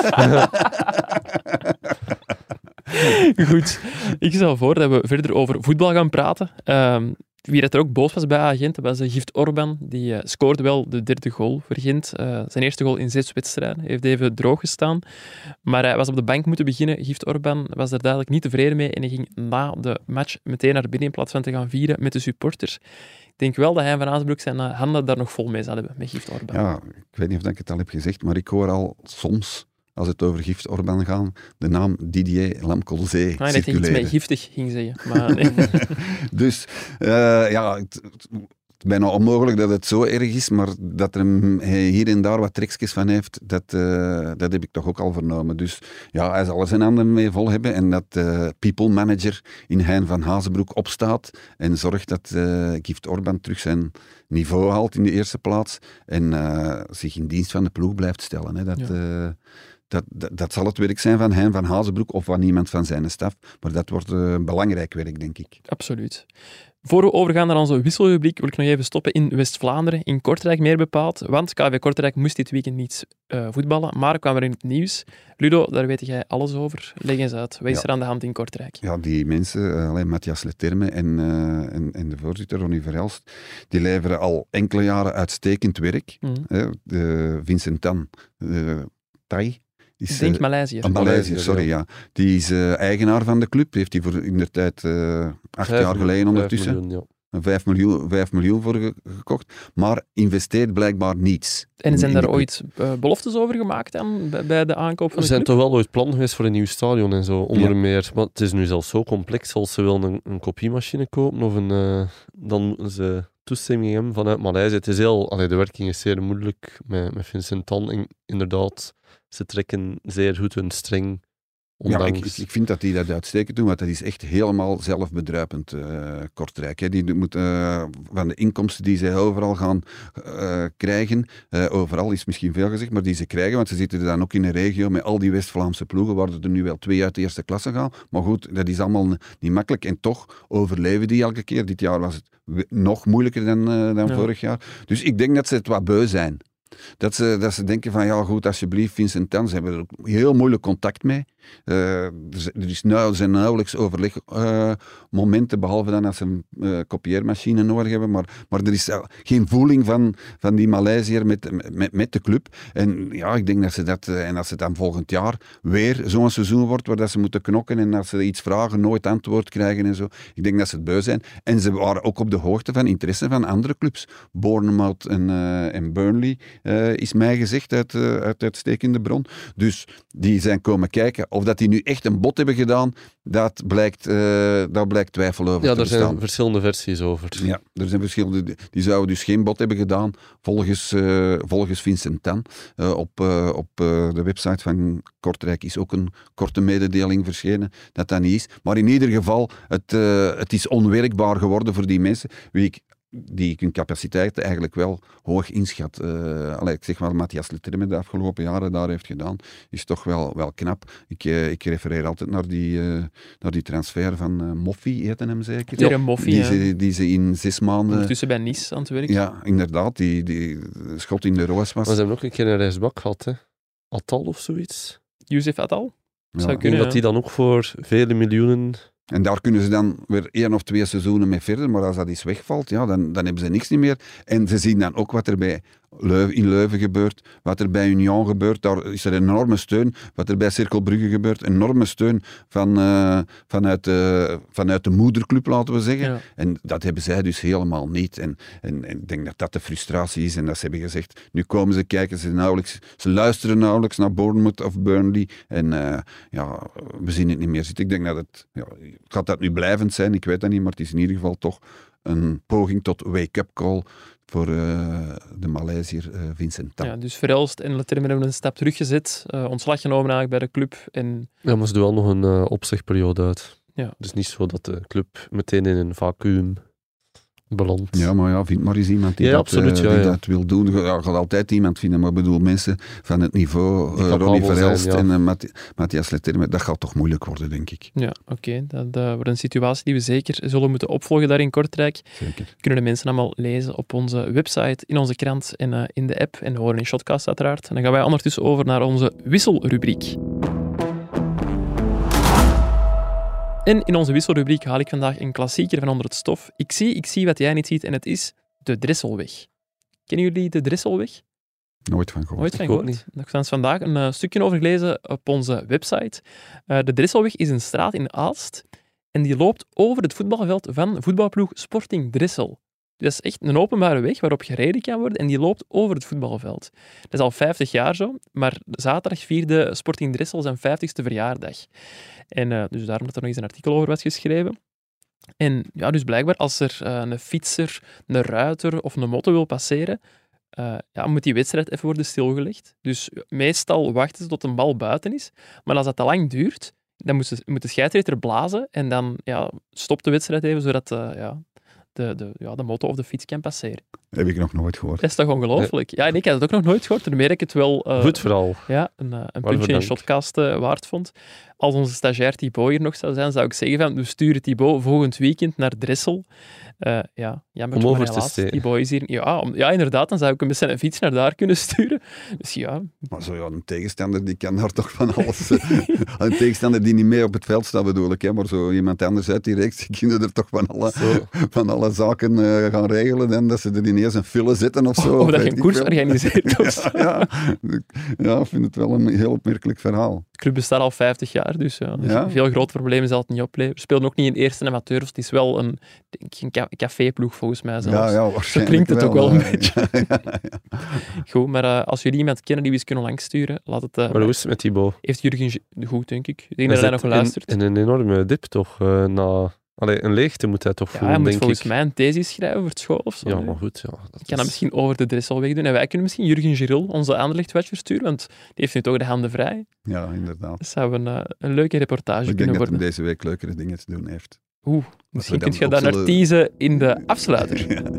Goed, ik stel voor dat we verder over voetbal gaan praten. Wie dat er ook boos was bij Agent, was Gift Orban. Die scoorde wel de derde goal voor Gent. Zijn eerste goal in 6 wedstrijden. Heeft even droog gestaan. Maar hij was op de bank moeten beginnen. Gift Orban was er duidelijk niet tevreden mee. En hij ging na de match meteen naar binnen in plaats van te gaan vieren met de supporters. Ik denk wel dat hij en Van Azenbroek zijn handen daar nog vol mee zal hebben, met Gift Orban. Ja, ik weet niet of ik het al heb gezegd, maar ik hoor al soms, als het over Gift Orban gaat, de naam Didier Lamkelzee Dat hij iets circuleren. met giftig ging zeggen. Maar nee. Dus het is bijna onmogelijk dat het zo erg is, maar dat hij hier en daar wat trekjes van heeft, dat heb ik toch ook al vernomen. Dus ja, hij zal er zijn handen mee vol hebben en dat people manager in Hein van Hazenbroek opstaat en zorgt dat Gift Orban terug zijn niveau haalt in de eerste plaats en zich in dienst van de ploeg blijft stellen. Hè. Dat zal het werk zijn van Hein van Hazenbroek of van iemand van zijn staf, maar dat wordt belangrijk werk, denk ik. Absoluut. Voor we overgaan naar onze wisselrubriek wil ik nog even stoppen in West-Vlaanderen, in Kortrijk meer bepaald, want KV Kortrijk moest dit weekend niet voetballen, maar kwam er in het nieuws. Ludo, daar weet jij alles over. Leg eens uit. Wat is er aan de hand in Kortrijk? Ja, die mensen, Matthias Leterme en de voorzitter Ronnie Verhelst, die leveren al enkele jaren uitstekend werk. Vincent Tan, Thai. Ik denk Maleisië. Maleisië, sorry, ja. Die is eigenaar van de club. Heeft hij voor in de tijd 8 jaar geleden ondertussen 5 miljoen voor gekocht. Maar investeert blijkbaar niets. En zijn daar ooit beloftes over gemaakt bij de aankoop van de Er zijn club? toch wel ooit plannen geweest voor een nieuw stadion en zo, onder meer. Maar het is nu zelfs zo complex, als ze willen een kopiemachine kopen of dan moeten ze toestemming hebben vanuit Maleisië. Het is de werking is zeer moeilijk met Vincent Tan. Inderdaad, ze trekken zeer goed hun streng. Ondanks... Ja, ik vind dat die dat uitstekend doen, want dat is echt helemaal zelfbedruipend, Kortrijk. Hè. Die moet van de inkomsten die zij overal gaan krijgen, overal is misschien veel gezegd, maar die ze krijgen, want ze zitten dan ook in een regio met al die West-Vlaamse ploegen, waar er nu wel 2 uit de eerste klasse gaan. Maar goed, dat is allemaal niet makkelijk. En toch overleven die elke keer. Dit jaar was het nog moeilijker dan vorig jaar. Dus ik denk dat ze het wat beu zijn. Dat ze denken van, ja goed, alsjeblieft, Vincent Tan, ze hebben er ook heel moeilijk contact mee. Er zijn nauwelijks overlegmomenten, behalve dan als ze een kopieermachine nodig hebben, maar er is geen voeling van die Maleisiër met de club. En ja, ik denk dat ze dat, en als het dan volgend jaar weer zo'n seizoen wordt, waar dat ze moeten knokken en als ze iets vragen, nooit antwoord krijgen en zo, ik denk dat ze het beu zijn. En ze waren ook op de hoogte van interesse van andere clubs. Bournemouth en Burnley, is mij gezegd uit uitstekende bron. Dus die zijn komen kijken. Of dat die nu echt een bod hebben gedaan, daar blijkt twijfel over te bestaan. Ja, er zijn verschillende versies over. Ja, er zijn verschillende. Die zouden dus geen bod hebben gedaan, volgens Vincent Tan. Op de website van Kortrijk is ook een korte mededeling verschenen dat niet is. Maar in ieder geval, het is onwerkbaar geworden voor die mensen, die hun capaciteiten eigenlijk wel hoog inschat. Ik zeg maar, Matthias Leterme de afgelopen jaren daar heeft gedaan, is toch wel knap. Ik refereer altijd naar die transfer van Moffi, heette hem zeker? Ja, Moffi, die ze in 6 maanden... Ondertussen bij Nice aan het werk. Ja, inderdaad, die schot in de roos was. Maar ze hebben ook een keer een rechtsbak gehad, hè? Attal of zoiets. Youssef Attal? Ja. Ik denk dat die dan ook voor vele miljoenen... En daar kunnen ze dan weer 1 of 2 seizoenen mee verder, maar als dat eens wegvalt, ja, dan hebben ze niks meer. En ze zien dan ook wat er in Leuven gebeurt, wat er bij Union gebeurt. Daar is er enorme steun. Wat er bij Cercle Brugge gebeurt, enorme steun vanuit de moederclub, laten we zeggen. Ja. En dat hebben zij dus helemaal niet. En ik denk dat dat de frustratie is. En dat ze hebben gezegd, nu komen ze kijken, ze luisteren nauwelijks naar Bournemouth of Burnley. En we zien het niet meer zitten. Ik denk dat het gaat dat nu blijvend zijn, ik weet dat niet, maar het is in ieder geval toch een poging tot wake-up call voor de Maleisiër Vincent Tan. Ja, dus Verhelst en Leterme hebben een stap teruggezet, ontslag genomen eigenlijk bij de club. Ja, maar ze doen wel nog een opzegperiode uit. Ja. Dus niet zo dat de club meteen in een vacuüm belandt. Ja, maar ja, vind maar eens iemand die dat wil doen. Je gaat altijd iemand vinden, maar ik bedoel, mensen van het niveau, Ronnie Verhelst en Matthias Leterme, dat gaat toch moeilijk worden, denk ik. Ja, oké. Dat wordt een situatie die we zeker zullen moeten opvolgen daar in Kortrijk. Zeker. Kunnen de mensen allemaal lezen op onze website, in onze krant en in de app. En horen in Shotcast uiteraard. En dan gaan wij ondertussen over naar onze wisselrubriek. En in onze wisselrubriek haal ik vandaag een klassieker van onder het stof. Ik zie wat jij niet ziet en het is de Dresselweg. Kennen jullie de Dresselweg? Nooit van gehoord. Niet. Daar staan vandaag een stukje over gelezen op onze website. De Dresselweg is een straat in Aalst en die loopt over het voetbalveld van voetbalploeg Sporting Dressel. Dat is echt een openbare weg waarop gereden kan worden en die loopt over het voetbalveld. Dat is al 50 jaar zo, maar zaterdag vierde Sporting Dressel zijn 50ste verjaardag. En dus daarom dat er nog eens een artikel over was geschreven. En ja, dus blijkbaar als er een fietser, een ruiter of een moto wil passeren, moet die wedstrijd even worden stilgelegd. Dus meestal wachten ze tot een bal buiten is. Maar als dat te lang duurt, dan moet de scheidsrechter blazen en dan stopt de wedstrijd even, zodat de moto of de fiets kan passeren. Heb ik nog nooit gehoord. Dat is toch ongelooflijk? Ja, en ik had het ook nog nooit gehoord. Daarmee dat ik het wel Goed verhaal. Een puntje in Shotcast waard vond. Als onze stagiair Thibaut hier nog zou zijn, zou ik zeggen van, we sturen Thibaut volgend weekend naar Dressel. Jammer, om over maar te helaas, steken. Thibaut is hier. Ja, inderdaad, dan zou ik hem met zijn fiets naar daar kunnen sturen. Dus ja. Maar een tegenstander die kan daar toch van alles... een tegenstander die niet mee op het veld staat, bedoel ik. Hè, maar zo iemand anders uit die reeks, die kunnen er toch van alle zaken gaan regelen. En dat ze er ineens een file zetten of zo. Of dat je een koers organiseert of zo. Ja, ik vind het wel een heel opmerkelijk verhaal. De club bestaat al 50 jaar, dus veel grote problemen zal het niet opleveren. We spelen ook niet in eerste amateur, dus het is wel een caféploeg volgens mij zelfs. Ja, waarschijnlijk. Zo klinkt het ook wel een beetje. Ja. Goed, maar als jullie iemand kennen die we eens kunnen langsturen, laat het... Maar hoe is het met Thibaut? Heeft Jurgen... Goed, denk ik. Ik denk dat hij nog geluisterd. In een enorme dip toch? Een leegte moet hij toch voelen, hij moet denk volgens ik. mij een thesis schrijven voor het school of zo. Ja, maar goed. Ja, ik kan dat misschien over de Dresselweg doen. En wij kunnen misschien Jurgen Giril, onze Anderlecht-watcher, sturen, want die heeft nu toch de handen vrij. Ja, inderdaad. Dat zou een leuke reportage Ik kunnen denk dat worden. hij deze week leukere dingen te doen heeft. Misschien kun je daar naar teasen in de afsluiter. Ja.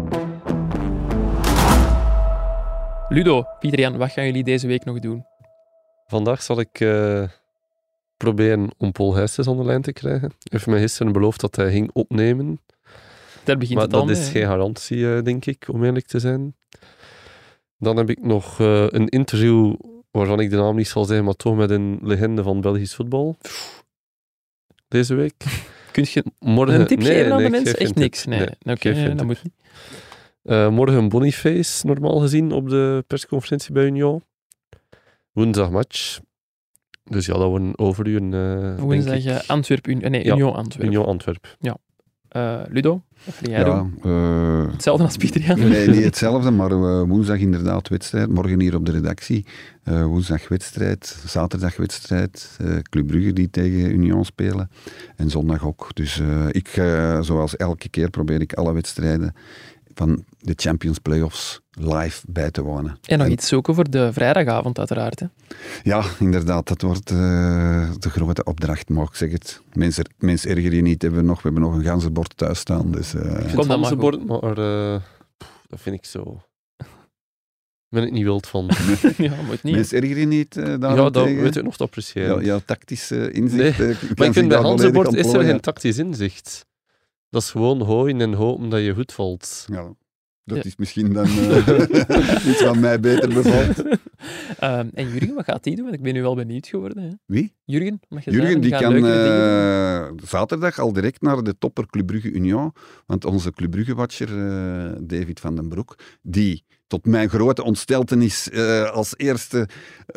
Ludo, Pieter-Jan, wat gaan jullie deze week nog doen? Vandaag zal ik proberen om Paul Hijsens aan de lijn te krijgen. Hij heeft mij gisteren beloofd dat hij ging opnemen. Daar begint Maar het al dat mee, is geen garantie, denk ik, om eerlijk te zijn. Dan heb ik nog een interview waarvan ik de naam niet zal zeggen, maar toch met een legende van Belgisch voetbal. Deze week. Kun je Morgen, een tip geven aan de ik mensen? geef Echt geen niks. tip. Nee. Oké, dat moet niet. Morgen Boniface, normaal gezien, op de persconferentie bij Union. Woensdag match. Dus ja, dat wordt een overuren. Woensdag Antwerpen, Union Antwerpen. Union Antwerpen. Ja. Ludo, wat ga jij doen? Hetzelfde als Pieter-Jan? Nee, niet hetzelfde, maar woensdag inderdaad wedstrijd. Morgen hier op de redactie. Woensdag wedstrijd, zaterdag wedstrijd. Club Brugge die tegen Union spelen. En zondag ook. Dus ik, zoals elke keer, probeer ik alle wedstrijden van de Champions Playoffs live bij te wonen. En nog iets zoeken voor de vrijdagavond uiteraard. Hè? Ja, inderdaad. Dat wordt de grote opdracht, mag ik zeggen. Mensen erger je niet. We hebben nog een ganzenbord thuis staan. Dus, Ik vind Kom dan ganzenbord, maar dat vind ik zo... ben ik niet wild van. Ja, moet niet. Mensen erger je niet Ja, dat weet ik nog te appreciëren. Jouw tactisch inzicht. Nee, maar ik vind bij ganzenbord is er geen tactisch inzicht. Dat is gewoon gooien en hopen dat je goed valt. Ja, dat is misschien dan iets wat mij beter bevalt. En Jurgen, wat gaat die doen? Want ik ben nu wel benieuwd geworden. Hè? Wie? Jurgen, mag je Jurgen zeggen? die Gaat kan leukere dingen doen? zaterdag al direct naar de topper Club Brugge Union. Want onze Club Brugge-watcher, David van den Broek, die tot mijn grote ontsteltenis als eerste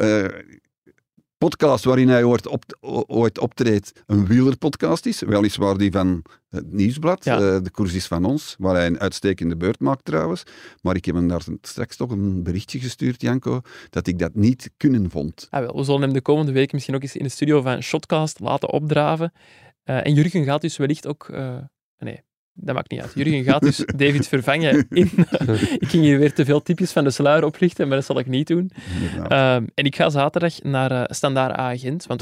podcast waarin hij ooit optreedt, een wielerpodcast is. Weliswaar die van het Nieuwsblad, Ja. De koers is van ons, waar hij een uitstekende beurt maakt trouwens. Maar ik heb hem daar straks toch een berichtje gestuurd, Janko, dat ik dat niet kunnen vond. Wel, we zullen hem de komende week misschien ook eens in de studio van Shotcast laten opdraven. En Jurgen gaat dus wellicht ook... nee, dat maakt niet uit. Jurgen gaat dus David vervangen in... ik ging hier weer te veel tipjes van de sluier oplichten, maar dat zal ik niet doen. En ik ga zaterdag naar Standaard A-agent, want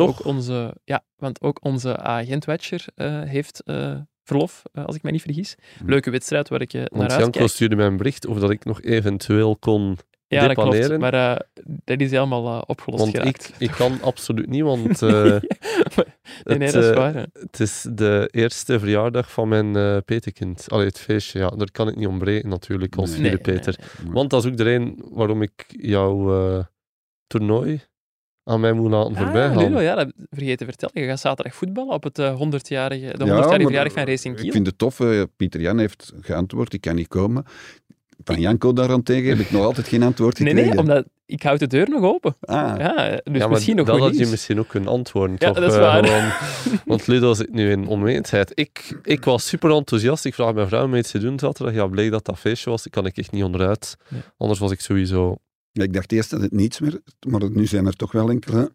ook onze A-agent-watcher heeft verlof, als ik mij niet vergis. Leuke wedstrijd waar ik naar Want uitkijk. Janko stuurde mij een bericht of dat ik nog eventueel kon Ja, dat klopt, depaneren. maar dat is helemaal opgelost Want geraakt. ik kan absoluut niet, want Nee, dat is waar. Hè. het is de eerste verjaardag van mijn petekind. Allee, het feestje, ja, daar kan ik niet ontbreken natuurlijk, als Nee. vierde Peter. Want dat is ook de reden waarom ik jouw toernooi aan mij moet laten voorbij gaan. Ludo, dat vergeet te vertellen. Je gaat zaterdag voetballen op het 100-jarige Ja, maar verjaardag van Racing Kiel. Ik vind het tof. Pieter Jan heeft geantwoord, ik kan niet komen. Van Janko daarentegen heb ik nog altijd geen antwoord gekregen. Nee, omdat ik houd de deur nog open. Ja, dus maar misschien nog dat goed had je nieuws. misschien ook kunnen antwoorden, Ja, toch? dat is waar. Want Ludo zit nu in onwetendheid. Ik was super enthousiast. Ik vraag mijn vrouw mee te doen zaterdag. Ja, bleek dat dat feestje was. Ik kan ik echt niet onderuit. Nee. Anders was ik sowieso... Ja, ik dacht eerst dat het niets meer, maar nu zijn er toch wel enkele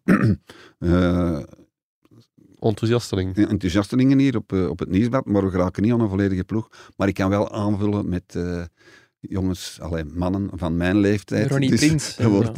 enthousiastelingen hier op het nieuwsblad, maar we geraken niet aan een volledige ploeg. Maar ik kan wel aanvullen met jongens, mannen van mijn leeftijd. Ronnie Prins. Er wordt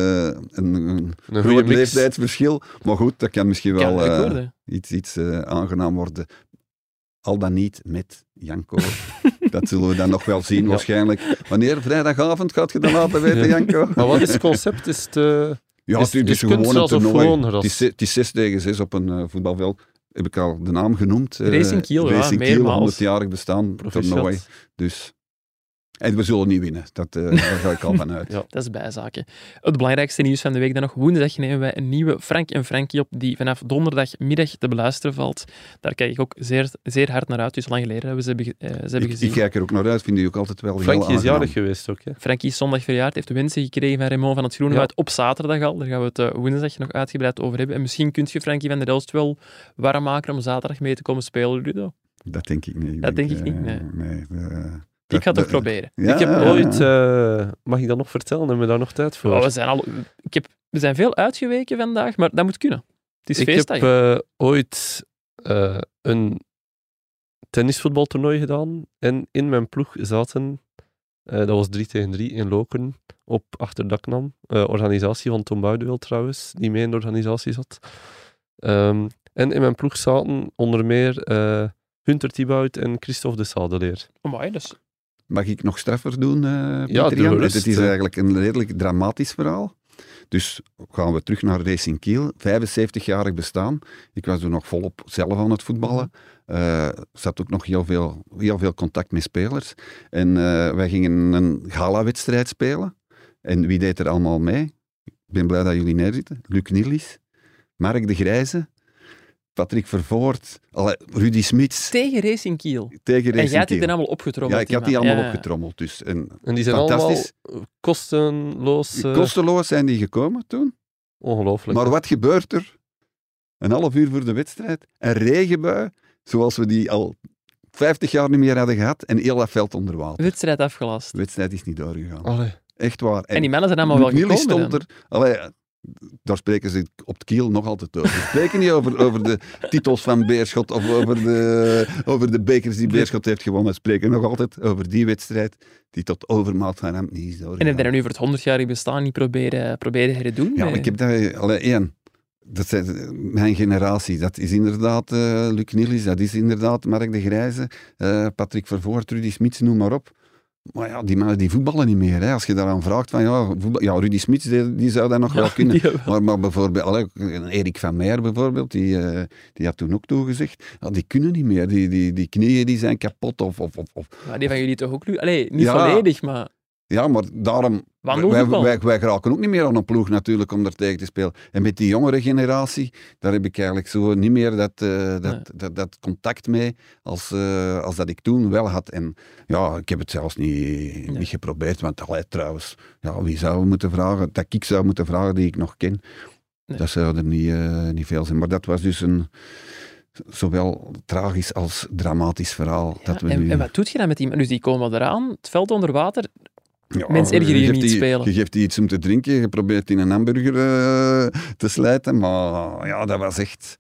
een goede groot mix. leeftijdsverschil, maar goed, dat kan misschien Kan leuk wel worden. iets aangenaam worden. Al dan niet met Janko. Dat zullen we dan nog wel zien, waarschijnlijk. Wanneer? Vrijdagavond gaat je dan laten weten, Janko? Maar wat is het concept? Is het... Ja, Is het is gewoon een kunstgras of toernooi. gewoon gras? Het is 6 tegen 6 op een voetbalveld. Heb ik al de naam genoemd. Racing Kiel, ja, Racing Kiel, meermaals. 100-jarig bestaan, Proficiat. toernooi. Dus... En we zullen niet winnen, daar ga ik al van uit. Ja. Dat is bijzaken. Het belangrijkste nieuws van de week dan nog. Woensdag nemen wij een nieuwe Frank en Frankie op, die vanaf donderdagmiddag te beluisteren valt. Daar kijk ik ook zeer, zeer hard naar uit. Dus lang geleden hebben ze hebben gezien. Ik kijk er ook naar uit, vind die ook altijd wel heel Frankie is aangenaam. jarig geweest ook, hè? Frankie is zondag verjaard, heeft de wensen gekregen van Raymond van het Groenewoud op zaterdag al. Daar gaan we het woensdag nog uitgebreid over hebben. En misschien kun je Frankie van der Elst wel warm maken om zaterdag mee te komen spelen, Ludo. Dat denk ik niet. Dat denk ik niet, nee. Ik ga het dat- toch proberen. Ja, Ik heb ja, ooit... ja. mag ik dat nog vertellen? Hebben we daar nog tijd voor? Oh, we zijn veel uitgeweken vandaag, maar dat moet kunnen. Het is Ik feestdag. heb ooit een tennisvoetbaltoernooi gedaan en in mijn ploeg zaten, dat was 3 tegen 3 in Lokeren, op Achterdaknam, organisatie van Tom Boudewil trouwens, die mee in de organisatie zat. En in mijn ploeg zaten onder meer Hunter Thibaut en Christophe de Sadeleer. Amai, dus Mag ik nog straffer doen, Pieter doe Jan? gerust. Het is eigenlijk een redelijk dramatisch verhaal. Dus gaan we terug naar Racing Kiel. 75-jarig bestaan. Ik was toen nog volop zelf aan het voetballen. Zat ook nog heel veel contact met spelers. En wij gingen een gala-wedstrijd spelen. En wie deed er allemaal mee? Ik ben blij dat jullie neerzitten. Luc Nielis, Mark de Grijze, Patrick Vervoort, Rudy Smits tegen Racing Kiel. tegen En Racing jij hebt die Kiel. dan allemaal opgetrommeld. Ja, ik had die allemaal Ja. opgetrommeld. Dus, en En die zijn allemaal fantastisch. kostenloos. Kosteloos zijn die gekomen toen. Ongelooflijk. Maar wat gebeurt er? Een half uur voor de wedstrijd. Een regenbui, zoals we die al 50 jaar niet meer hadden gehad. En heel dat veld onder water. Wedstrijd afgelast. De wedstrijd is niet doorgegaan. Allee. Echt waar. En die mannen zijn allemaal wel Luc Nielis gekomen. stond er... Daar spreken ze op het Kiel nog altijd over. Ze spreken niet over de titels van Beerschot of over de bekers die Beerschot heeft gewonnen. Ze spreken nog altijd over die wedstrijd die tot overmaat van hem niet is doorgegaan. En heb je dat nu voor het 100-jarig bestaan niet proberen herdoen? Ja, Nee. ik heb dat... één. Dat zijn mijn generatie. Dat is inderdaad Luc Nielis, dat is inderdaad Mark de Grijze, Patrick Vervoort, Rudy Smits, noem maar op. Maar ja, die mannen die voetballen niet meer. Hè. Als je daaraan vraagt van ja, Rudy Smits, die zou dat nog wel kunnen. die wel. Maar bijvoorbeeld, Erik van Meijer bijvoorbeeld, die had toen ook toegezegd, ja, die kunnen niet meer. Die knieën die zijn kapot. Maar die van jullie toch ook? Allee, niet Ja. volledig, maar... Ja, maar daarom... Wandelvoetbal. Wij geraken ook niet meer aan een ploeg natuurlijk om daar tegen te spelen. En met die jongere generatie, daar heb ik eigenlijk zo niet meer dat contact mee als dat ik toen wel had. En ja, ik heb het zelfs niet geprobeerd, want trouwens, ja, wie zou moeten vragen, dat ik zou moeten vragen die ik nog ken, dat zou er niet veel zijn. Maar dat was dus een zowel tragisch als dramatisch verhaal. Ja, dat we en nu... wat doet je dan met die... Dus die komen eraan, het veld onder water. Ja, Mensen ergeren je geeft niet die- spelen. Je geeft die iets om te drinken, je probeert die een hamburger te slijten, maar ja, dat was echt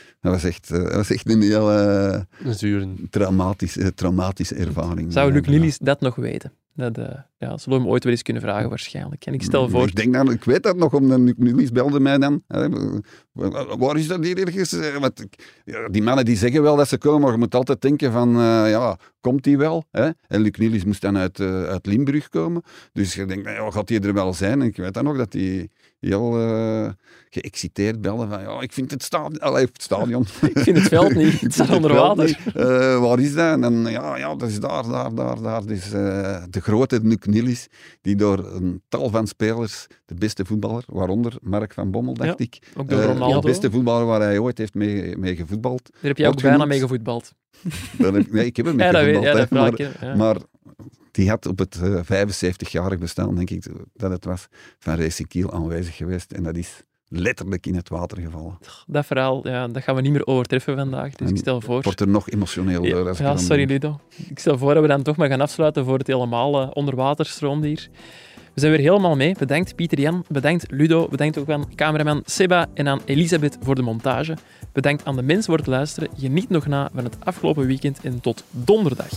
een heel Een zuren. traumatische ervaring. Zou Luc Ja. Nielis dat nog weten? Dat zullen we hem ooit wel eens kunnen vragen, waarschijnlijk. En ik stel voor... Ik weet dat nog, omdat Luc Nielis belde mij dan. Waar is dat hier ergens? Want die mannen die zeggen wel dat ze komen, maar je moet altijd denken van, komt die wel? Hè? En Luc Nielis moest dan uit Limburg komen. Dus je denkt, gaat die er wel zijn? En ik weet dan nog dat hij heel geëxciteerd belde van, ik vind het stadion... Ik vind het veld niet, het staat onder water. Waar is dat? En dan, dat is daar. Dus de grote Luc Nielis, die door een tal van spelers, de beste voetballer, waaronder Mark van Bommel, dacht ik. Ook door Ronaldo. De beste voetballer waar hij ooit heeft mee gevoetbald. Daar heb jij ook wordt bijna genoemd. mee gevoetbald. Nee, ik heb hem mee Ja, dat weet gevoetbald. dat hè, vraag ik. Ja. maar Die had op het 75-jarig bestaan, denk ik dat het was, van Racing Kiel aanwezig geweest. En dat is letterlijk in het water gevallen. Dat verhaal, ja, dat gaan we niet meer overtreffen vandaag. Dus ik stel voor... Wordt er nog emotioneel door. Als Ja, sorry Ludo. Ik stel voor dat we dan toch maar gaan afsluiten voor het helemaal onder water stroomt hier. We zijn weer helemaal mee. Bedankt Pieter-Jan, bedankt Ludo, bedankt ook aan cameraman Seba en aan Elisabeth voor de montage. Bedankt aan de mensen voor het luisteren. Geniet nog na van het afgelopen weekend en tot donderdag.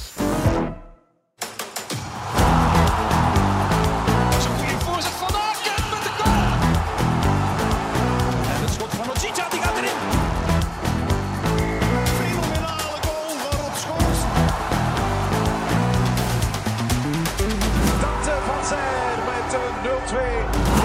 Van Zijr met een 0-2.